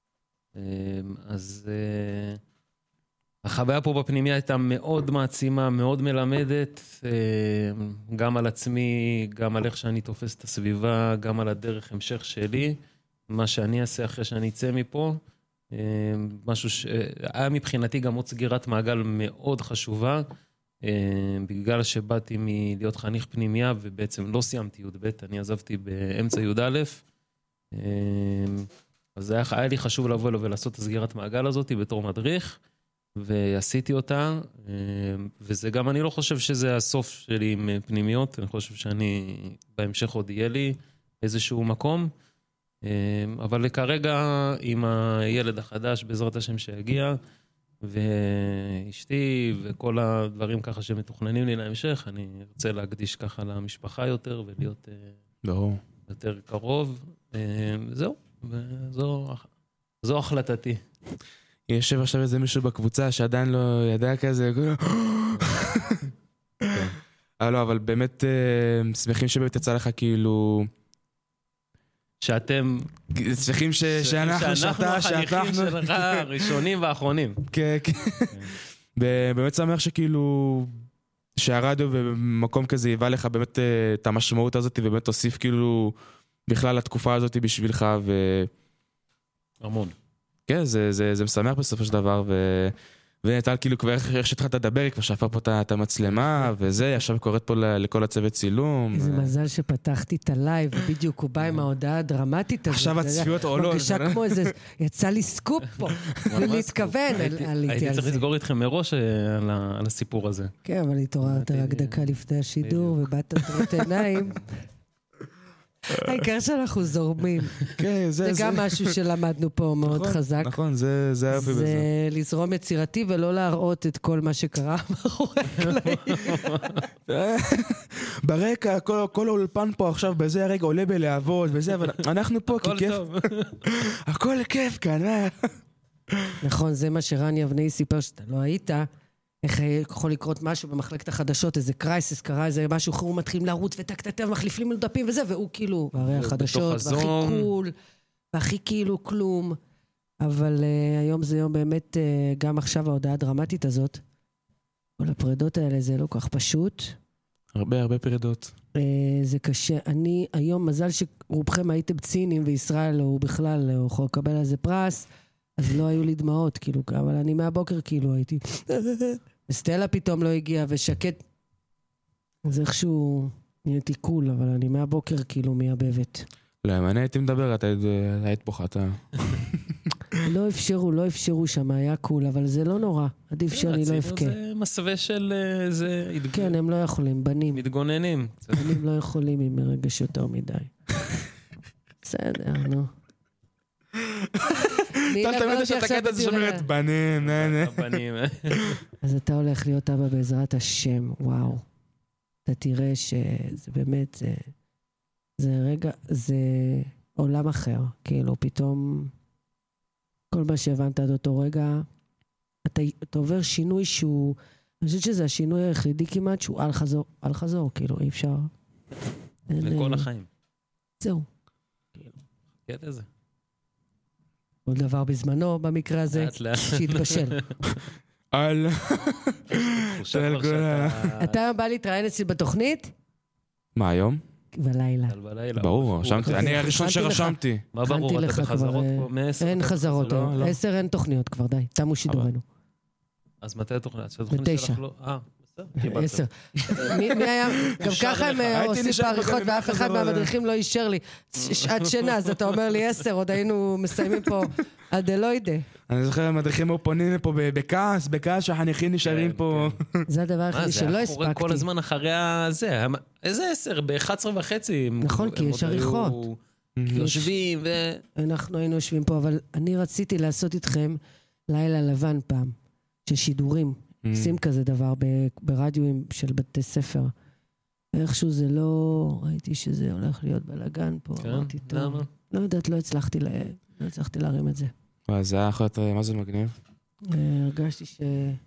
אז החוויה פה בפנימיה הייתה מאוד מעצימה, מאוד מלמדת, גם על עצמי, גם על איך שאני תופס את הסביבה, גם על הדרך המשך שלי. מה שאני אעשה אחרי שאני אצא מפה, משהו שהיה מבחינתי גם עוד סגירת מעגל מאוד חשובה, בגלל שבאתי מלהיות חניך פנימיה, ובעצם לא סיימתי י' ב', אני עזבתי באמצע י' א', אז היה, היה לי חשוב לבוא לו ולעשות את הסגירת מעגל הזאת בתור מדריך, ועשיתי אותה, וזה גם, אני לא חושב שזה הסוף שלי עם פנימיות, אני חושב שאני בהמשך עוד יהיה לי איזשהו מקום, אבל כרגע עם הילד החדש בעזרת השם שהגיע, ואשתי וכל הדברים ככה שמתוכננים לי להמשך, אני רוצה להקדיש ככה למשפחה יותר ולהיות ברור. יותר קרוב. זהו, וזו זו החלטתי. יושב עכשיו איזה מישהו בקבוצה שעדיין לא ידע כזה. אבל לא, אבל באמת שמחים שבאמת יצא לך כאילו... שאתם... שמחים שאנחנו, שאתה, החניכים שלך, ראשונים ואחרונים. כן, כן. באמת שמח שכאילו... שהרדיו במקום כזה יבא לך באמת את המשמעות הזאת, ובאמת תוסיף כאילו בכלל לתקופה הזאת בשבילך, ו... המון. כן, זה, זה, זה משמח בסופו של דבר, ו... ונטל כאילו כבר איך שהתחלת לדבר, כבר שפר פה את המצלמה, וזה, ישב קוראת פה לכל הצוות צילום. איזה מזל שפתחתי את הלייב, ובדיוק הוא בא עם ההודעה הדרמטית הזאת. עכשיו הצפיות עולות. מרגישה כמו איזה, יצא לי סקופ פה, ולהתכוון. הייתי צריך לסגור איתכם מראש על הסיפור הזה. כן, אבל התעוררת רק דקה לפני השידור, ובאת תראות עיניים. העיקר שאנחנו זורמים. זה גם משהו שלמדנו פה מאוד חזק. נכון, זה היופי בזה. זה לזרום יצירתי ולא להראות את כל מה שקרה מאחורי הקלעים. ברקע, כל האולפן פה עכשיו בזה הרגע עולה בלהבות וזה, אבל אנחנו פה כי כיף. הכל כיף כאן. נכון, זה מה שרני אבני סיפר שאתה לא היית. איך יכול לקרות משהו במחלקת החדשות, איזה קרייסס קרה, איזה משהו, הוא מתחילים לרוץ וטק-טק-טק, מחליפים לו דפים וזה, והוא כאילו, והרי החדשות, והכי קול, והכי כאילו כלום. אבל uh, היום זה יום באמת, uh, גם עכשיו ההודעה הדרמטית הזאת, כל הפרדות האלה זה לא כך פשוט. הרבה הרבה פרדות. Uh, זה קשה. אני היום, מזל שרובכם הייתם ציניים, וישראל הוא בכלל, הוא יכול לקבל על זה פרס, אז לא היו לי דמעות, כאילו, אבל אני מהבוקר כאילו הייתי... וסטלה פתאום לא הגיעה, ושקט... אז איכשהו נהייתי קול, אבל אני מהבוקר כאילו מייבבת. לא, אם אני הייתי מדבר, אתה היית בוכה, אתה... לא אפשרו, לא אפשרו שם, היה קול, אבל זה לא נורא. עדיף שאני לא אבכה. זה מסווה של... זה... כן, הם לא יכולים, בנים. מתגוננים. בנים לא יכולים עם רגש יותר מדי. בסדר, נו. טוב, תמיד יש את הקטע הזה שאומרת, בנים, נה, נה. בנים. אז אתה הולך להיות אבא בעזרת השם, וואו. אתה תראה שזה באמת, זה, זה רגע, זה עולם אחר. כאילו, פתאום, כל מה שהבנת עד אותו רגע, אתה, אתה עובר שינוי שהוא, אני חושבת שזה השינוי היחידי כמעט, שהוא על חזור, על חזור, כאילו, אי אפשר. לכל החיים. זהו. כן, איזה. עוד דבר בזמנו, במקרה הזה, שהתבשל. על... אתה בא להתראיין אצלי בתוכנית? מה, היום? בלילה. ברור, רשמתי. אני הראשון שרשמתי. מה ברור, אתה בחזרות פה? מעשר? אין חזרות, עשר אין תוכניות כבר, די. תמו שידורנו. אז מתי התוכנית? בתשע. אה, עשר. מי היה... גם ככה הם עושים בעריכות ואף אחד מהמדריכים לא אישר לי. שעת שינה, אז אתה אומר לי עשר, עוד היינו מסיימים פה עד אלוידה. אני זוכר, המדריכים היו פונים לפה בכעס, בכעס שהחניכים נשארים פה. זה הדבר היחידי שלא הספקתי. קורה כל הזמן אחרי הזה. איזה עשר? ב-אחת עשרה וחצי. נכון, כי יש עריכות. יושבים ו... אנחנו היינו יושבים פה, אבל אני רציתי לעשות איתכם לילה לבן פעם, של שידורים. עושים כזה דבר ברדיואים של בתי ספר. איכשהו זה לא... ראיתי שזה הולך להיות בלגן פה. אמרתי, טוב. לא יודעת, לא הצלחתי להרים את זה. אז זה היה יכול להיות... מה זה מגניב? הרגשתי ש...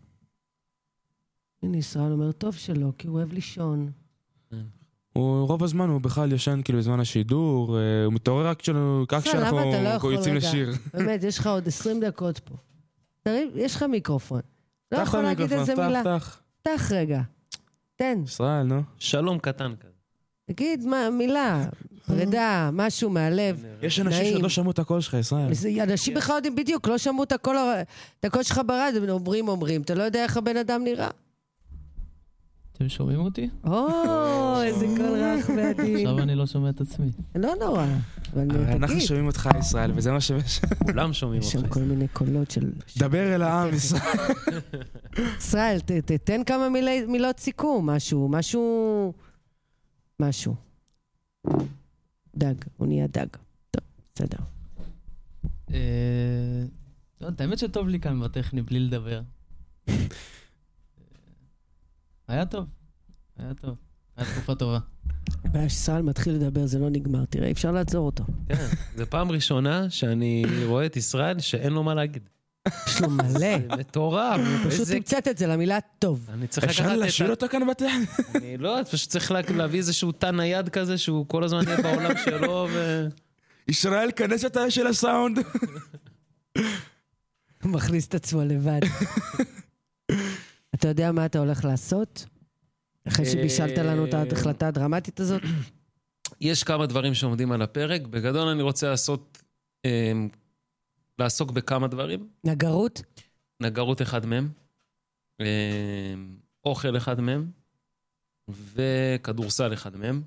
הנה, ישראל אומר, טוב שלא, כי הוא אוהב לישון. הוא רוב הזמן הוא בכלל ישן כאילו בזמן השידור, הוא מתעורר רק כשאנחנו יוצאים לשיר. באמת, יש לך עוד עשרים דקות פה. יש לך מיקרופון. לא יכול להגיד איזה מילה. תח, תח. תח רגע. תן. ישראל, נו. שלום קטן כזה. תגיד מילה, פרידה, משהו מהלב. יש אנשים שלא שמעו את הקול שלך, ישראל. אנשים בכלל יודעים בדיוק, לא שמעו את הקול שלך ברדיו, אומרים, אומרים. אתה לא יודע איך הבן אדם נראה. אתם שומעים אותי? או, איזה קול רך ועדין. עכשיו אני לא שומע את עצמי. לא נורא. אנחנו שומעים אותך, ישראל, וזה מה שמש... כולם שומעים אותך. יש שם כל מיני קולות של... דבר אל העם, ישראל. ישראל, תתן כמה מילות סיכום, משהו, משהו... משהו. דג, הוא נהיה דג. טוב, בסדר. האמת שטוב לי כאן בטכני בלי לדבר. היה טוב, היה טוב, היה תקופה טובה. הבעיה שסל מתחיל לדבר, זה לא נגמר, תראה, אפשר לעצור אותו. כן, זו פעם ראשונה שאני רואה את ישראל שאין לו מה להגיד. יש לו מלא. זה מטורף. פשוט תמצאת את זה למילה טוב. אפשר להשאיר אותו כאן בטן? אני לא, פשוט צריך להביא איזשהו תן נייד כזה, שהוא כל הזמן יהיה בעולם שלו ו... ישראל, כנס את האש של הסאונד. הוא מכניס את עצמו לבד. אתה יודע מה אתה הולך לעשות? אחרי שבישלת לנו את ההחלטה הדרמטית הזאת? יש כמה דברים שעומדים על הפרק. בגדול אני רוצה לעשות, לעסוק בכמה דברים. נגרות? נגרות אחד מהם. אוכל אחד מהם. וכדורסל אחד מהם.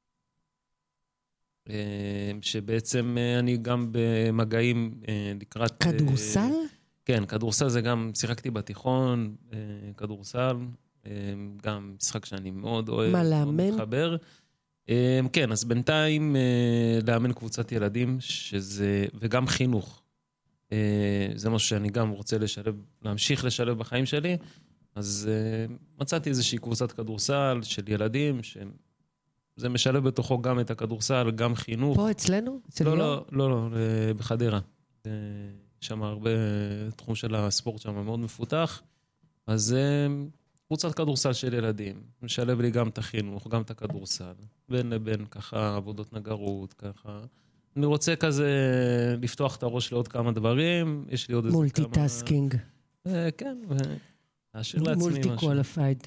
שבעצם אני גם במגעים לקראת... כדורסל? כן, כדורסל זה גם, שיחקתי בתיכון, כדורסל, גם משחק שאני מאוד אוהב, מה, מאוד לאמן? מתחבר. כן, אז בינתיים לאמן קבוצת ילדים, שזה, וגם חינוך. זה משהו שאני גם רוצה לשלב, להמשיך לשלב בחיים שלי, אז מצאתי איזושהי קבוצת כדורסל של ילדים, שזה משלב בתוכו גם את הכדורסל, גם חינוך. פה אצלנו? אצל לא, יום? לא, לא, לא, בחדרה. שם הרבה תחום של הספורט שם מאוד מפותח, אז קבוצת כדורסל של ילדים, משלב לי גם את החינוך, גם את הכדורסל, בין לבין ככה עבודות נגרות, ככה. אני רוצה כזה לפתוח את הראש לעוד כמה דברים, יש לי עוד איזה כמה... מולטיטאסקינג. כן, ולהשאיר לעצמי משהו. מולטי קואליפייד.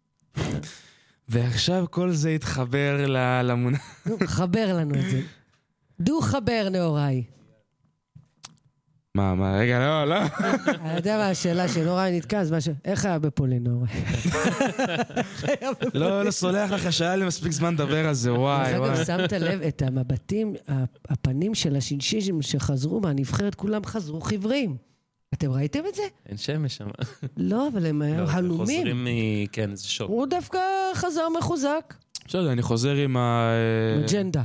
ועכשיו כל זה יתחבר למונה. נו, חבר לנו את זה. דו חבר נאוריי. מה, מה, רגע, לא, לא. אני יודע מה השאלה שנורא נתקע, אז משהו, איך היה בפולין, נורא? לא, לא סולח לך, שהיה לי מספיק זמן לדבר על זה, וואי, אגב, וואי. שמת לב, את המבטים, הפנים של השינשישים שחזרו מהנבחרת, כולם חזרו חיוורים. אתם ראיתם את זה? אין שמש שם. לא, אבל הם לא, הלומים. חוזרים מ... כן, זה שוק. הוא דווקא חזר מחוזק. בסדר, אני חוזר עם ה... אג'נדה.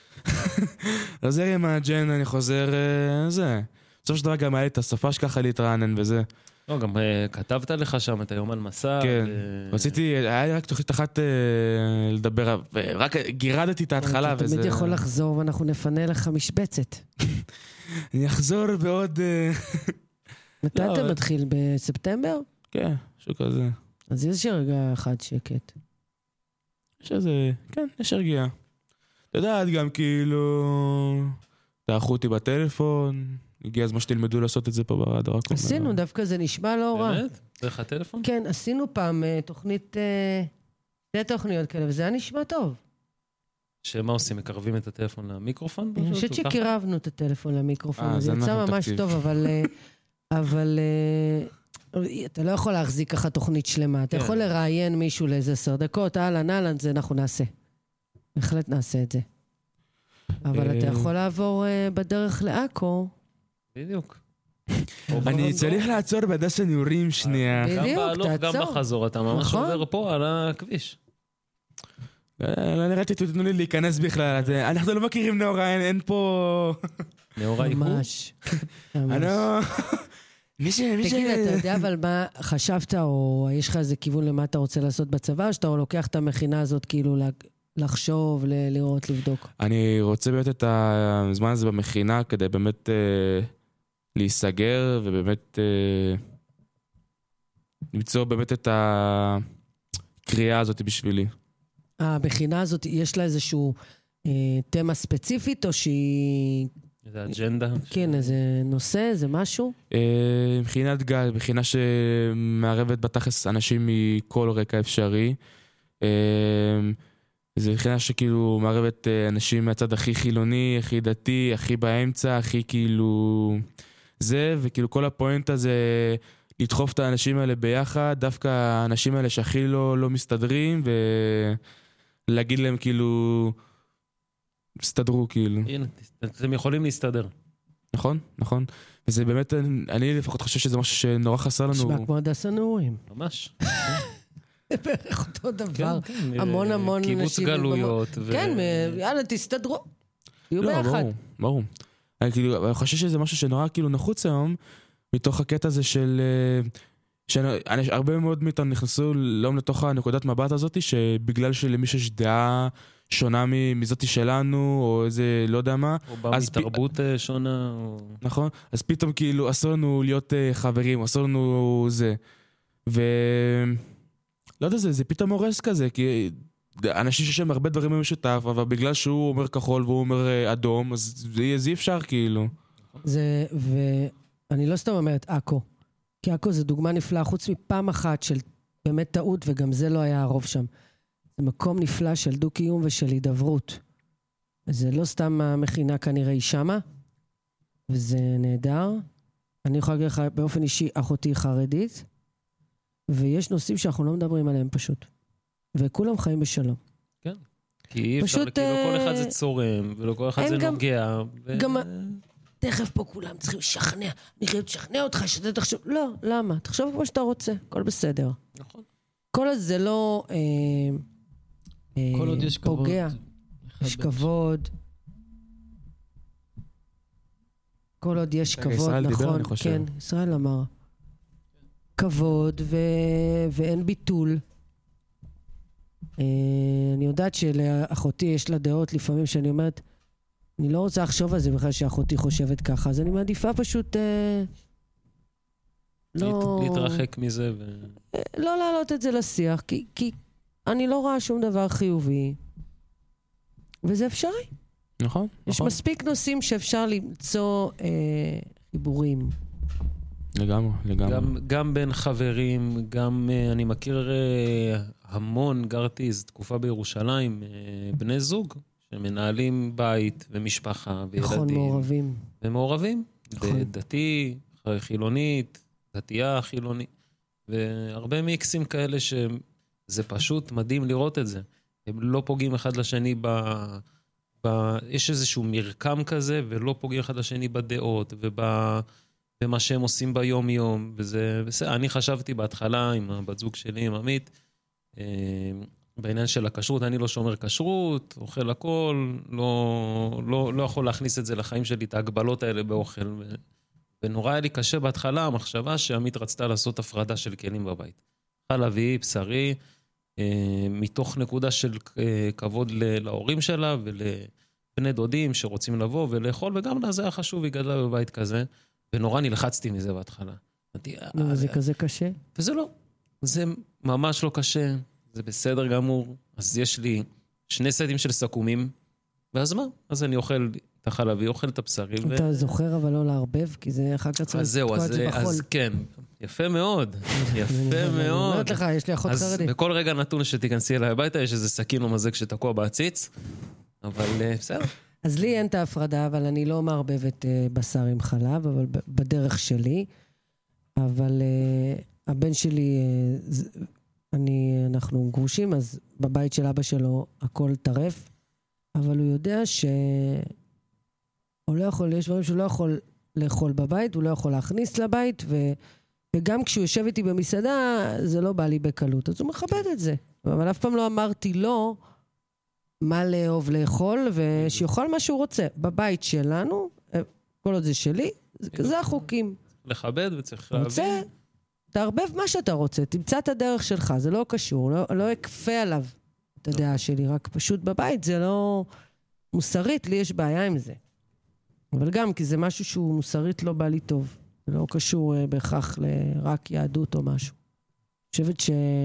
חוזר עם האג'נדה, אני חוזר... אה, זה. בסוף של דבר גם היה לי את השפה שככה להתרענן וזה. לא, גם אה, כתבת לך שם את היום על מסע. כן. ו- רציתי, היה לי רק תוכנית אחת אה, לדבר, רק גירדתי את ההתחלה אתה וזה... תמיד יכול לחזור ואנחנו נפנה לך משבצת. אני אחזור בעוד... אה, מתי לא, אתה אבל- מתחיל? בספטמבר? כן, משהו כזה. אז יש רגע אחד שקט. יש איזה... כן, יש הרגיעה. אתה יודעת, גם כאילו... תערכו אותי בטלפון, הגיע הזמן שתלמדו לעשות את זה פה ברדיו. רק אומר. עשינו, דווקא זה נשמע לא רע. באמת? דרך הטלפון? כן, עשינו פעם אה, תוכנית, אה, שתי תוכניות כאלה, וזה היה נשמע טוב. שמה עושים? מקרבים את הטלפון למיקרופון? אני פשוט? חושבת ככה? שקירבנו את הטלפון למיקרופון, אה, זה זה יצא אנחנו ממש תקציב. טוב, אבל... אה, אבל אה, אתה לא יכול להחזיק ככה תוכנית שלמה. אתה כן. יכול לראיין מישהו לאיזה עשר דקות, אהלן, אהלן, זה אנחנו נעשה. בהחלט נעשה את זה. אבל אה, אתה יכול לעבור אה, בדרך לעכו. בדיוק. אני צריך לעצור בהדסה נעורים שנייה. גם בדיוק, בהלוך, גם תעצור. בחזור, אתה ממש נכון. עובר פה על הכביש. אה, לא נראיתי, תתנו לי להיכנס בכלל. זה- אנחנו לא מכירים נאורה, אין- אין פה... נאורה איכות. ממש. אני ממש. לא... מי ש... מי ש... תגיד, אתה יודע אבל מה חשבת, או יש לך איזה כיוון למה אתה רוצה לעשות בצבא, או שאתה לוקח את המכינה הזאת כאילו לחשוב, ל- לראות, לבדוק? אני רוצה באמת את הזמן הזה במכינה כדי באמת אה, להיסגר ובאמת אה, למצוא באמת את הקריאה הזאת בשבילי. המכינה הזאת, יש לה איזשהו אה, תמה ספציפית, או שהיא... זה אג'נדה. כן, איזה נושא, איזה משהו? אה, מכינת גל, מכינה שמערבת בתכלס אנשים מכל רקע אפשרי. אה, זו מכינה שכאילו מערבת אה, אנשים מהצד הכי חילוני, הכי דתי, הכי באמצע, הכי כאילו... זה, וכאילו כל הפואנט הזה לדחוף את האנשים האלה ביחד, דווקא האנשים האלה שהכי לא, לא מסתדרים, ולהגיד להם כאילו... הסתדרו כאילו. הנה, אתם יכולים להסתדר. נכון, נכון. וזה באמת, אני, אני לפחות חושב שזה משהו שנורא חסר לנו. נשמע כמו הדס הנעורים. ממש. זה בערך אותו דבר. כן, כן. המון המון קיבוץ אנשים- גלויות. ו- כן, מ- יאללה, תסתדרו. תהיו לא, ביחד. ברור, ברור. אני, כאילו, אני חושב שזה משהו שנורא כאילו נחוץ היום, מתוך הקטע הזה של... אה, שהרבה מאוד מאיתנו נכנסו לא לתוך הנקודת מבט הזאת, שבגלל שלמישהו יש דעה שונה מזאתי שלנו, או איזה לא יודע מה, או בא אז פ- מתרבות אה, שונה. או- נכון? אז פתאום כאילו אסור לנו להיות אה, חברים, אסור לנו זה. ו... לא יודע, זה, זה פתאום הורס כזה, כי אנשים שיש להם הרבה דברים במשותף, אבל בגלל שהוא אומר כחול והוא אומר אה, אדום, אז זה, זה אי אפשר כאילו. זה, ואני לא סתם אומרת עכו, כי עכו זה דוגמה נפלאה, חוץ מפעם אחת של באמת טעות, וגם זה לא היה הרוב שם. זה מקום נפלא של דו-קיום ושל הידברות. זה לא סתם המכינה כנראה היא שמה, וזה נהדר. אני יכולה להגיד לך באופן אישי, אחותי חרדית, ויש נושאים שאנחנו לא מדברים עליהם פשוט. וכולם חיים בשלום. כי אי אפשר, פשוט, כאילו כל אחד אה, זה צורם, ולא כל אחד אין זה גם- נוגע. ו- גם- תכף פה כולם צריכים לשכנע. אני חייבת לשכנע אותך שאתה תחשוב. לא, למה? תחשוב כמו שאתה רוצה, הכל בסדר. נכון. כל עוד זה לא אה, אה, כל עוד יש כבוד. פוגע, אחד יש בין כבוד. כל עוד יש רגע, כבוד, ישראל דיבר, נכון, אני חושב. כן, ישראל אמר. כבוד ו... ואין ביטול. אה, אני יודעת שלאחותי יש לה דעות לפעמים שאני אומרת, אני לא רוצה לחשוב על זה בכלל שאחותי חושבת ככה, אז אני מעדיפה פשוט אה, לא... להת- להתרחק מזה. ו- לא להעלות את זה לשיח, כי, כי אני לא רואה שום דבר חיובי, וזה אפשרי. נכון? יש נכון. מספיק נושאים שאפשר למצוא אה, חיבורים. לגמרי, לגמרי. גם, גם בין חברים, גם uh, אני מכיר uh, המון, גרתי איזו תקופה בירושלים, uh, בני זוג שמנהלים בית ומשפחה וילדים. נכון, מעורבים. ומעורבים. דתי, חילונית, דתייה, חילונית, והרבה מיקסים כאלה שזה פשוט מדהים לראות את זה. הם לא פוגעים אחד לשני ב... ב... יש איזשהו מרקם כזה, ולא פוגעים אחד לשני בדעות, ובמה שהם עושים ביום יום, וזה... בסדר, אני חשבתי בהתחלה עם הבת זוג שלי, עם עמית, בעניין של הכשרות, אני לא שומר כשרות, אוכל הכל, לא, לא, לא יכול להכניס את זה לחיים שלי, את ההגבלות האלה באוכל. ו... ונורא היה לי קשה בהתחלה, המחשבה שעמית רצתה לעשות הפרדה של כלים בבית. חלבי, בשרי, מתוך נקודה של כבוד להורים שלה ולבני דודים שרוצים לבוא ולאכול, וגם לה זה היה חשוב, היא גדלה בבית כזה, ונורא נלחצתי מזה בהתחלה. זה כזה קשה? וזה לא, זה ממש לא קשה, זה בסדר גמור. אז יש לי שני סטים של סכומים, ואז מה? אז אני אוכל את החלבי, אוכל את הבשרי. אתה זוכר אבל לא לערבב, כי זה אחר כך צריך לתקוע את זה בחול. אז כן, יפה מאוד, יפה מאוד. אני אומרת לך, יש לי אחות חרדית. אז בכל רגע נתון שתיכנסי אליי הביתה, יש איזה סכין או מזק שתקוע בעציץ, אבל בסדר. אז לי אין את ההפרדה, אבל אני לא מערבבת בשר עם חלב, אבל בדרך שלי. אבל הבן שלי, אני, אנחנו גרושים, אז בבית של אבא שלו הכל טרף, אבל הוא יודע ש... הוא לא יכול, יש דברים שהוא לא יכול לאכול בבית, הוא לא יכול להכניס לבית, ו... וגם כשהוא יושב איתי במסעדה, זה לא בא לי בקלות, אז הוא מכבד את זה. אבל אף פעם לא אמרתי לו מה לאהוב לאכול, ושיאכל מה שהוא רוצה. בבית שלנו, כל עוד זה שלי, זה החוקים. לכבד וצריך להבין. רוצה, תערבב מה שאתה רוצה, תמצא את הדרך שלך, זה לא קשור, לא, לא אכפה עליו את הדעה שלי, רק פשוט בבית, זה לא מוסרית, לי יש בעיה עם זה. אבל גם כי זה משהו שהוא מוסרית לא בא לי טוב. זה לא קשור uh, בהכרח לרק יהדות או משהו. אני חושבת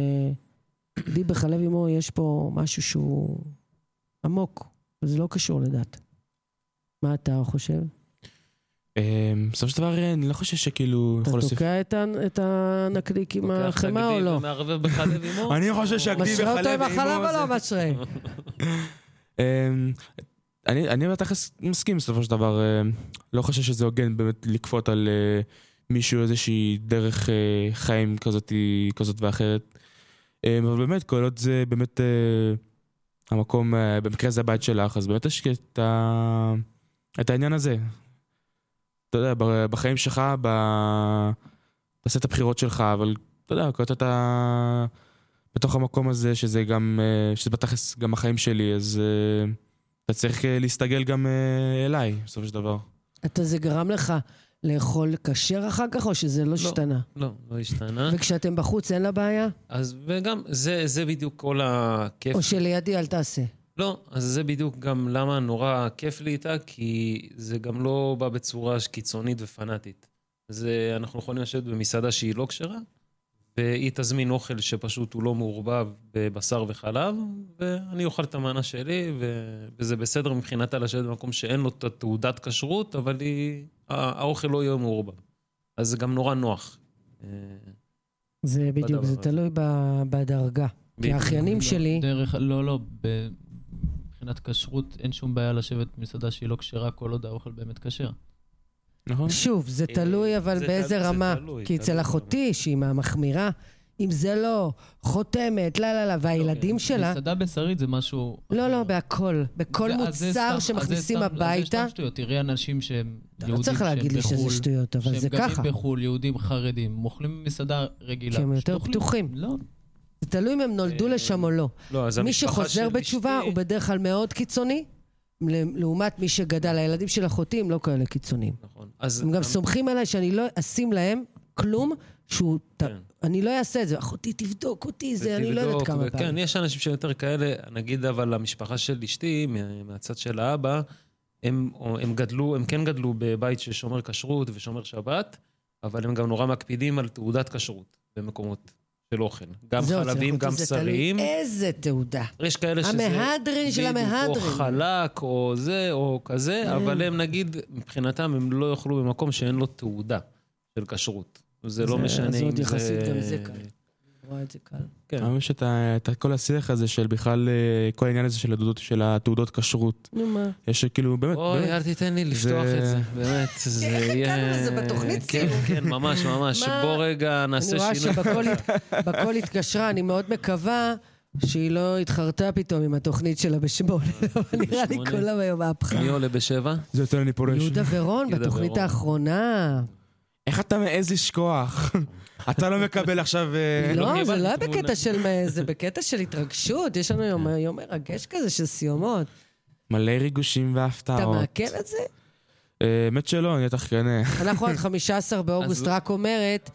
שדי בחלב אמו יש פה משהו שהוא עמוק, וזה לא קשור לדת. מה אתה חושב? בסופו של דבר, אני לא חושב שכאילו... אתה תוקע את הנקליק עם החמה או לא? ומערבב בחלב אמו? אני חושב שהגדי בחלב אמו... משרה אותו עם החלב או לא משרה? אני, אני בתכלס מסכים בסופו של דבר, לא חושב שזה הוגן באמת לקפות על מישהו איזושהי דרך חיים כזאת, כזאת ואחרת. אבל באמת, כל עוד זה באמת המקום, במקרה זה הבית שלך, אז באמת יש את, ה... את העניין הזה. אתה יודע, בחיים שלך, ב... תעשה את הבחירות שלך, אבל אתה יודע, כל עוד אתה בתוך המקום הזה, שזה גם, שזה בתכלס גם החיים שלי, אז... אתה צריך להסתגל גם אליי, בסופו של דבר. אתה זה גרם לך לאכול כשר אחר כך, או שזה לא השתנה? לא, לא השתנה. וכשאתם בחוץ אין לה בעיה? אז וגם, זה, זה בדיוק כל הכיף. או שלידי אל תעשה. לא, אז זה בדיוק גם למה נורא כיף לי איתה, כי זה גם לא בא בצורה קיצונית ופנאטית. זה, אנחנו יכולים לשבת במסעדה שהיא לא כשרה, והיא תזמין אוכל שפשוט הוא לא מעורבב בבשר וחלב, ואני אוכל את המנה שלי, ו... וזה בסדר מבחינתה לשבת במקום שאין לו את תעודת כשרות, אבל היא... האוכל לא יהיה מעורבב. אז זה גם נורא נוח. זה בדיוק, זה תלוי בדרגה. כי האחיינים שלי... דרך, לא, לא, מבחינת כשרות אין שום בעיה לשבת במסעדה שהיא לא כשרה, כל עוד האוכל באמת כשר. שוב, זה תלוי אבל באיזה רמה, כי אצל אחותי שהיא מהמחמירה, אם זה לא חותמת, לא, לא, לא, והילדים שלה... מסעדה בשרית זה משהו... לא, לא, בהכל, בכל מוצר שמכניסים הביתה... זה סתם שטויות, תראי אנשים שהם יהודים לא צריך להגיד לי שזה שטויות, אבל זה ככה. שהם גרים בחול, יהודים חרדים, מוכלים במסעדה רגילה. כי הם יותר פתוחים. לא. זה תלוי אם הם נולדו לשם או לא. מי שחוזר בתשובה הוא בדרך כלל מאוד קיצוני, לעומת מי שגדל, הילדים של אחותי הם לא כאלה קיצוניים. נכון. הם גם סומכים עליי שאני לא אשים להם כלום, אני לא אעשה את זה. אחותי תבדוק אותי, זה אני לא יודעת כמה פעמים. כן, יש אנשים שיותר כאלה, נגיד אבל המשפחה של אשתי, מהצד של האבא, הם גדלו, הם כן גדלו בבית ששומר כשרות ושומר שבת, אבל הם גם נורא מקפידים על תעודת כשרות במקומות. של אוכל. גם חלבים, גם בשריים. איזה תעודה. יש כאלה שזה... המהדרין של המהדרין. או חלק, או זה, או כזה, אבל הם נגיד, מבחינתם, הם לא יאכלו במקום שאין לו תעודה של כשרות. זה לא משנה אם זה... זאת יחסית גם זה כאן. רואה את זה קל. כן. אבל יש את ה- את כל השיח הזה של בכלל, אה, כל העניין הזה של התעודות- של התעודות כשרות. נו מה? יש כאילו, באמת, אוי, באמת, אל תיתן לי לפתוח זה- את זה, באמת. זה איך יהיה... הגענו לזה בתוכנית כן, סיום? כן, ממש, ממש. מה? בוא רגע אני נעשה רואה שינוי. שבכל הת- בכל התקשרה, אני מאוד מקווה שהיא לא התחרתה פתאום עם התוכנית שלה בשמונה, אבל נראה לי בשמונה? כולם היום מהפכה. מי עולה בשבע? זה יותר אני פורש. יהודה ורון, יהודה בתוכנית ורון. האחרונה. איך אתה מעז לשכוח? אתה לא מקבל עכשיו... אה, לא, זה קיבלתי לא תמונה. בקטע של... זה בקטע של התרגשות. יש לנו יום יום מרגש כזה של סיומות. מלא ריגושים אתה והפתעות. מעכל את זה? אה, האמת שלא, אני בטח כן... אנחנו עד חמישה עשר באוגוסט אז- רק אומרת,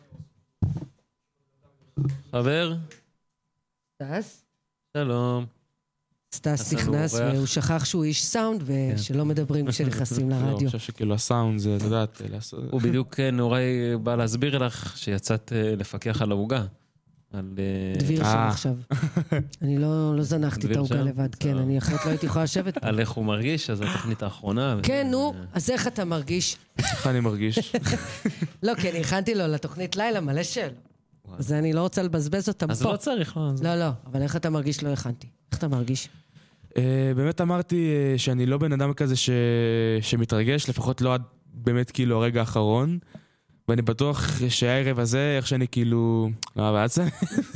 חבר? סטס? שלום. סטס עשינו נכנס אורח. והוא שכח שהוא איש סאונד ושלא מדברים כשנכנסים לא, אני לרדיו. חושב שכאילו הסאונד זה, את יודעת, לעשות... הוא בדיוק נוראי בא להסביר לך שיצאת אה, לפקח על העוגה. על... אה, דביר שם אה. עכשיו. אני לא לא זנחתי את דביר העוגה שם? לבד, כן, לא. אני אחרת לא הייתי יכולה לשבת פה. על איך הוא מרגיש, אז התוכנית האחרונה. כן, נו, אה, אז איך אתה מרגיש? איך אני מרגיש? לא, כי אני הכנתי לו לתוכנית לילה מלא שאלות. וואי. אז אני לא רוצה לבזבז אותם אז פה. לא צריך, לא. לא, לא, אבל איך אתה מרגיש לא הכנתי. איך אתה מרגיש? אה, באמת אמרתי אה, שאני לא בן אדם כזה ש... שמתרגש, לפחות לא עד באמת כאילו הרגע האחרון. ואני בטוח שהערב הזה, איך שאני כאילו... לא, אבל זה...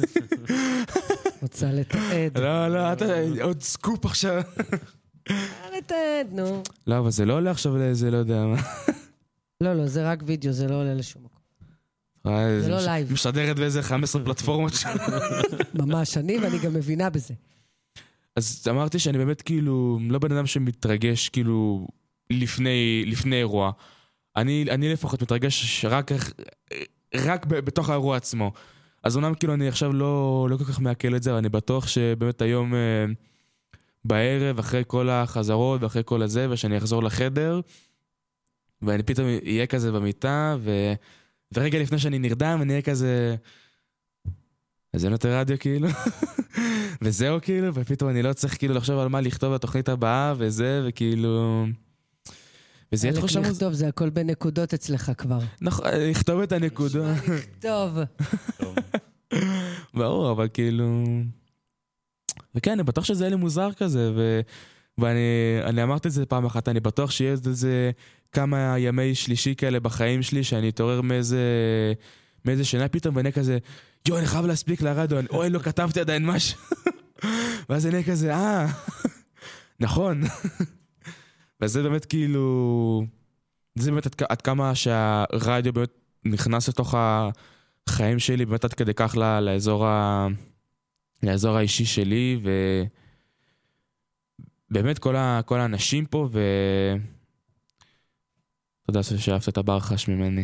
רוצה לתעד. לא, לא, אתה... עוד סקופ עכשיו. לתעד, נו. לא, אבל זה לא עולה עכשיו לאיזה, לא יודע מה. לא, לא, זה רק וידאו, זה לא עולה לשום מקום. אה, לא מש- לייב. משדרת באיזה חמש עשרה פלטפורמות שם. ממש, אני ואני גם מבינה בזה. אז אמרתי שאני באמת כאילו לא בן אדם שמתרגש כאילו לפני, לפני אירוע. אני, אני לפחות מתרגש רק, רק ב- בתוך האירוע עצמו. אז אומנם כאילו אני עכשיו לא, לא כל כך מעכל את זה, אבל אני בטוח שבאמת היום אה, בערב, אחרי כל החזרות ואחרי כל הזה, ושאני אחזור לחדר, ואני פתאום אהיה כזה במיטה, ו, ורגע לפני שאני נרדם, אני אהיה כזה... אז אין יותר רדיו כאילו, וזהו כאילו, ופתאום אני לא צריך כאילו לחשוב על מה לכתוב בתוכנית הבאה, וזה, וכאילו... וזה יהיה תחושה מוז... לכתוב, זה הכל בנקודות אצלך כבר. נכון, לכתוב את הנקודה. טוב. ברור, אבל כאילו... וכן, אני בטוח שזה יהיה לי מוזר כזה, ו... ואני אני אמרתי את זה פעם אחת, אני בטוח שיהיה איזה כמה ימי שלישי כאלה בחיים שלי, שאני אתעורר מאיזה... מאיזה שינה פתאום, ואני כזה, יו, אני חייב להספיק לרדיו, אני, אוי, לא כתבתי עדיין משהו. ואז אני כזה, אה, נכון. וזה באמת כאילו, זה באמת עד, עד כמה שהרדיו באמת נכנס לתוך החיים שלי, באמת עד כדי כך ל, לאזור, ה, לאזור האישי שלי, ובאמת כל, ה, כל האנשים פה, ו... תודה שאהבת את הברחש ממני.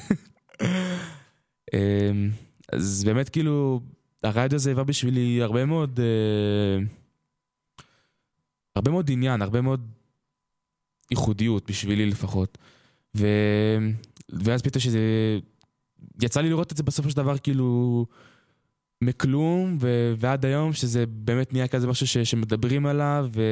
אז באמת כאילו הרדיו הזה הבא בשבילי הרבה מאוד הרבה מאוד עניין, הרבה מאוד ייחודיות בשבילי לפחות, ו... ואז פתאום שזה יצא לי לראות את זה בסופו של דבר כאילו מכלום, ו... ועד היום שזה באמת נהיה כזה משהו ש... שמדברים עליו, ו...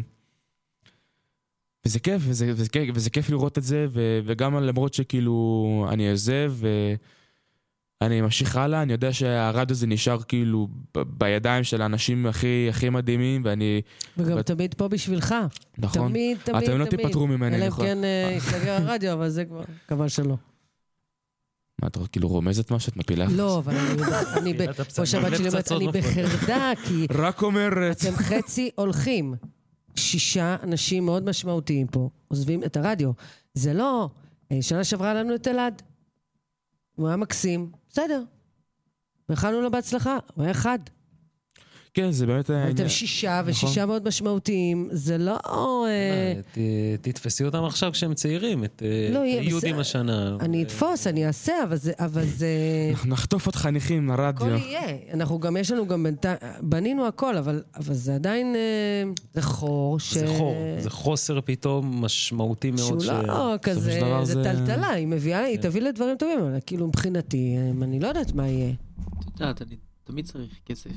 וזה כיף, וזה, וזה, כיף, וזה כיף לראות את זה, ו... וגם למרות שכאילו אני עוזב ו... אני ממשיך הלאה, אני יודע שהרדיו הזה נשאר כאילו ב- בידיים של האנשים הכי, הכי מדהימים, ואני... וגם בת- תמיד פה בשבילך. נכון. תמיד, תמיד, אתם לא תמיד. תיפטרו ממני, אלא אם נכון. כן אה, יסתגר הרדיו, אבל זה כבר, כמובן שלא. מה, אתה כאילו רומזת משהו? את מפילה? לא, אבל אני יודעת, אני ב... קהילת הפצצות. כמו שהבת שלי אומרת, פצצות אני נופלות. בחרדה, כי רק אומרת. אתם חצי הולכים. שישה אנשים מאוד משמעותיים פה, עוזבים את הרדיו. זה לא... אה, שנה שעברה לנו את אלעד. הוא היה מקסים. בסדר. והכנו לו בהצלחה. הוא היה אחד. כן, זה באמת... העניין. הייתם שישה, נכון. ושישה מאוד משמעותיים. זה לא... אה, מה, ת- תתפסי אותם עכשיו כשהם צעירים, את אה, לא, את יהיה, היהודים בסדר. השנה. אני אתפוס, אני אעשה, אבל זה... אבל זה... אנחנו נחטוף עוד חניכים הכל לרדיו. יהיה. אנחנו גם, יש לנו גם בינתיים... בנינו הכל, אבל, אבל זה עדיין... אה, זה חור ש... זה חור, זה חוסר פתאום משמעותי מאוד. שהוא לא כזה, של דבר זה זה- טלטלה, היא מביאה, היא תביא לדברים טובים, אבל כאילו מבחינתי, אה, אני לא יודעת מה יהיה. את יודעת, אני תמיד צריך כסף.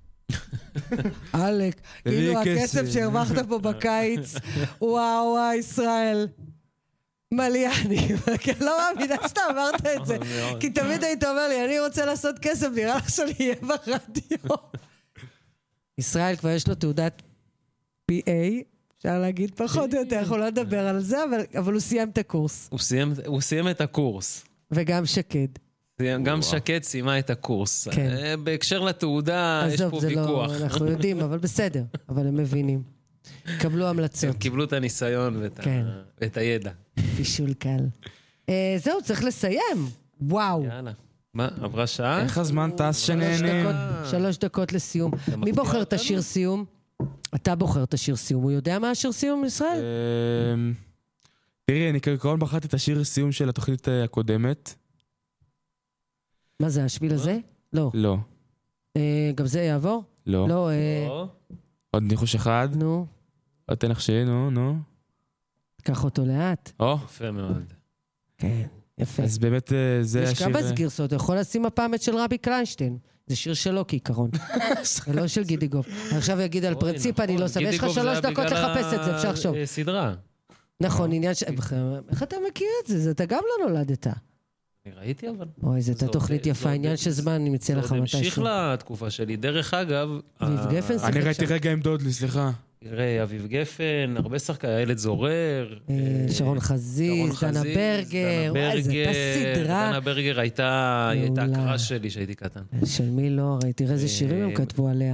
אלק, כאילו כסף. הכסף שהרווחת פה בקיץ, וואו וואו, ישראל. מליאני, לא מאמינה שאתה אמרת את זה, כי תמיד היית אומר לי, אני רוצה לעשות כסף, נראה לך שאני אהיה ברדיו. ישראל כבר יש לו תעודת פי איי, אפשר להגיד פחות או יותר, יכול לא לדבר על זה, אבל הוא סיים את הקורס. הוא סיים את הקורס. וגם שקד. גם שקד סיימה את הקורס. בהקשר לתעודה, יש פה ויכוח. אנחנו יודעים, אבל בסדר, אבל הם מבינים. קבלו המלצות. קיבלו את הניסיון ואת הידע. פישול קל. זהו, צריך לסיים. וואו. יאללה. מה, עברה שעה? איך הזמן טס שנהנים? שלוש דקות לסיום. מי בוחר את השיר סיום? אתה בוחר את השיר סיום. הוא יודע מה השיר סיום, ישראל? תראי, אני כעיקרון בחרתי את השיר סיום של התוכנית הקודמת. מה זה, השביל הזה? לא. לא. גם זה יעבור? לא. לא. עוד ניחוש אחד. נו. עוד תנחשי, נו, נו. קח אותו לאט. או. יפה מאוד. כן, יפה. אז באמת זה השיר... יש כמה גרסות, אתה יכול לשים הפעם את של רבי קליינשטיין. זה שיר שלו כעיקרון. זה לא של גידיגוף. עכשיו יגיד על פרינציפ, אני לא סבב. יש לך שלוש דקות לחפש את זה, אפשר לחשוב. סדרה. נכון, עניין ש... איך אתה מכיר את זה? אתה גם לא נולדת. אני ראיתי אבל. אוי, זו תוכנית יפה, עניין של זמן, אני מציע לך מתישהו. זה המשיך לתקופה שלי. דרך אגב... אביב גפן שיחק שם. אני ראיתי רגע עם דודלי, סליחה. תראה, אביב גפן, הרבה שחקנים, הילד זורר. שרון חזיז, דנה ברגר. דנה זו הייתה סדרה. דנה ברגר הייתה הקרש שלי שהייתי קטן. של מי לא? ראיתי, תראה איזה שירים הם כתבו עליה.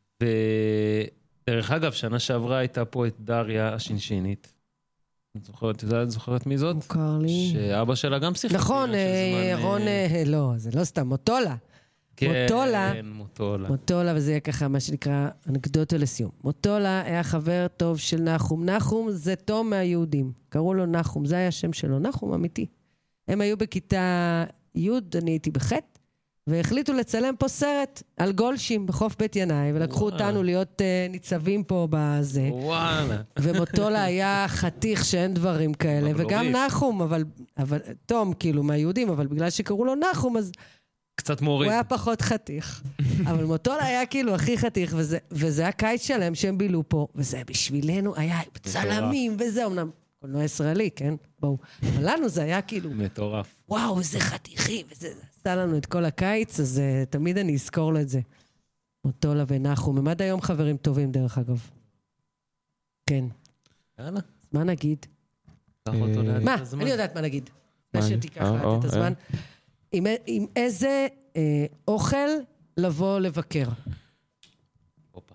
ודרך אגב, שנה שעברה הייתה פה את דריה השינשינית. את זוכרת מי זאת? מוכר לי. שאבא שלה גם שיחק. נכון, רון, לא, זה לא סתם, מוטולה. מוטולה, מוטולה. מוטולה, וזה יהיה ככה מה שנקרא אנקדוטה לסיום. מוטולה היה חבר טוב של נחום. נחום זה תום מהיהודים. קראו לו נחום, זה היה השם שלו, נחום אמיתי. הם היו בכיתה י', אני הייתי בח', והחליטו לצלם פה סרט על גולשים בחוף בית ינאי, ולקחו אותנו להיות uh, ניצבים פה בזה. וואלה. ומוטולה היה חתיך שאין דברים כאלה, וגם נחום, אבל, אבל, תום כאילו מהיהודים, אבל בגלל שקראו לו נחום, אז... קצת מוריד. הוא היה פחות חתיך. אבל מוטולה היה כאילו הכי חתיך, וזה, וזה היה קיץ שלהם שהם בילו פה, וזה בשבילנו היה צלמים, וזה אמנם קולנוע ישראלי, כן? בואו. אבל לנו זה היה כאילו... מטורף. וואו, זה חתיכי, וזה עשה לנו את כל הקיץ, אז uh, תמיד אני אזכור לו את זה. מוטולה ונחום, הם עד היום חברים טובים דרך אגב. כן. יאללה. מה נגיד? מה? אני יודעת מה נגיד. מה שתיקח לאט את הזמן. עם, עם איזה אה, אוכל לבוא לבקר? אופה.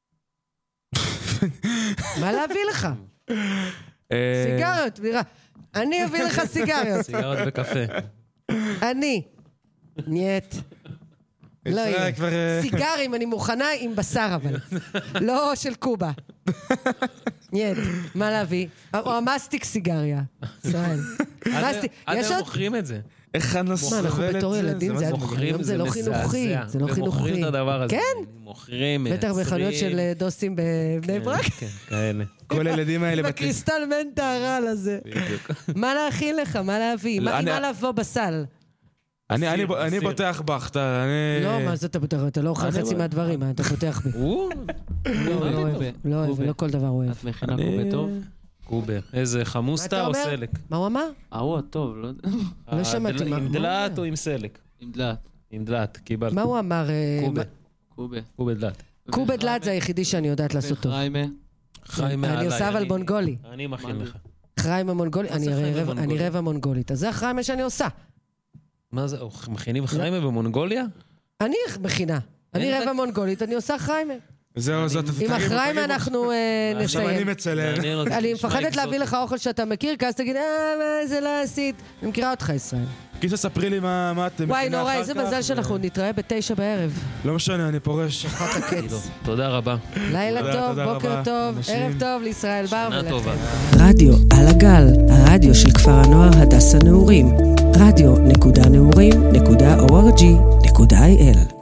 מה להביא לך? סיגריות, בירה. אני אביא לך סיגריות. סיגריות וקפה. אני. נייט. לא יהיה. סיגרים, אני מוכנה עם בשר אבל. לא של קובה. נייט. מה להביא? או המסטיק סיגריה. ישראל. עד הם מוכרים את זה. איך אנחנו מה, אנחנו בתור ילדים, זה לא חינוכי. זה לא חינוכי. מוכרים את הדבר הזה. כן? מוכרים, בטח בחנויות של דוסים בבני ברק. כן, כאלה. כל הילדים האלה... בקריסטל מנטה הרעל הזה. מה להכין לך? מה להביא? מה לבוא בסל? אני פותח בך, אתה... לא, מה זה אתה פותח? אתה לא אוכל חצי מהדברים, אתה פותח בי. הוא? לא אוהב, לא כל דבר אוהב. את מכינה קובה טוב? קובה. איזה חמוסטה או סלק? מה הוא אמר? ההוא הטוב, לא יודע. לא שמעתי. עם דלת או עם סלק? עם דלת. עם דלת, קיבלת. מה הוא אמר? קובה. קובה. קובה דלת. קובה דלת זה היחידי שאני יודעת לעשות טוב. וחיימה. חיימה עליי. אני עושה אבל מונגולי. אני מכין לך. חיימה מונגולי, אני רבע מונגולית. אז זה החיימה שאני עושה. מה זה? מכינים חיימה במונגוליה? אני מכינה. אני רבע מונגולית, אני עושה חיימה. זהו, זאת... עם החיימה אנחנו נסיים. עכשיו אני מצלם. אני מפחדת להביא לך אוכל שאתה מכיר, כי אז תגיד, אה, מה זה לא עשית? אני מכירה אותך, ישראל. קיצר, ספרי לי מה את... וואי, נורא, איזה מזל שאנחנו נתראה בתשע בערב. לא משנה, אני פורש. שחק הקץ. תודה רבה. לילה טוב, בוקר טוב, ערב טוב לישראל בר שנה טובה. רדיו על הגל, הרדיו של כפר הנוער הדס הנעורים. רדיו נקודה נעורים נקודה אור ג'י נקודה איי אל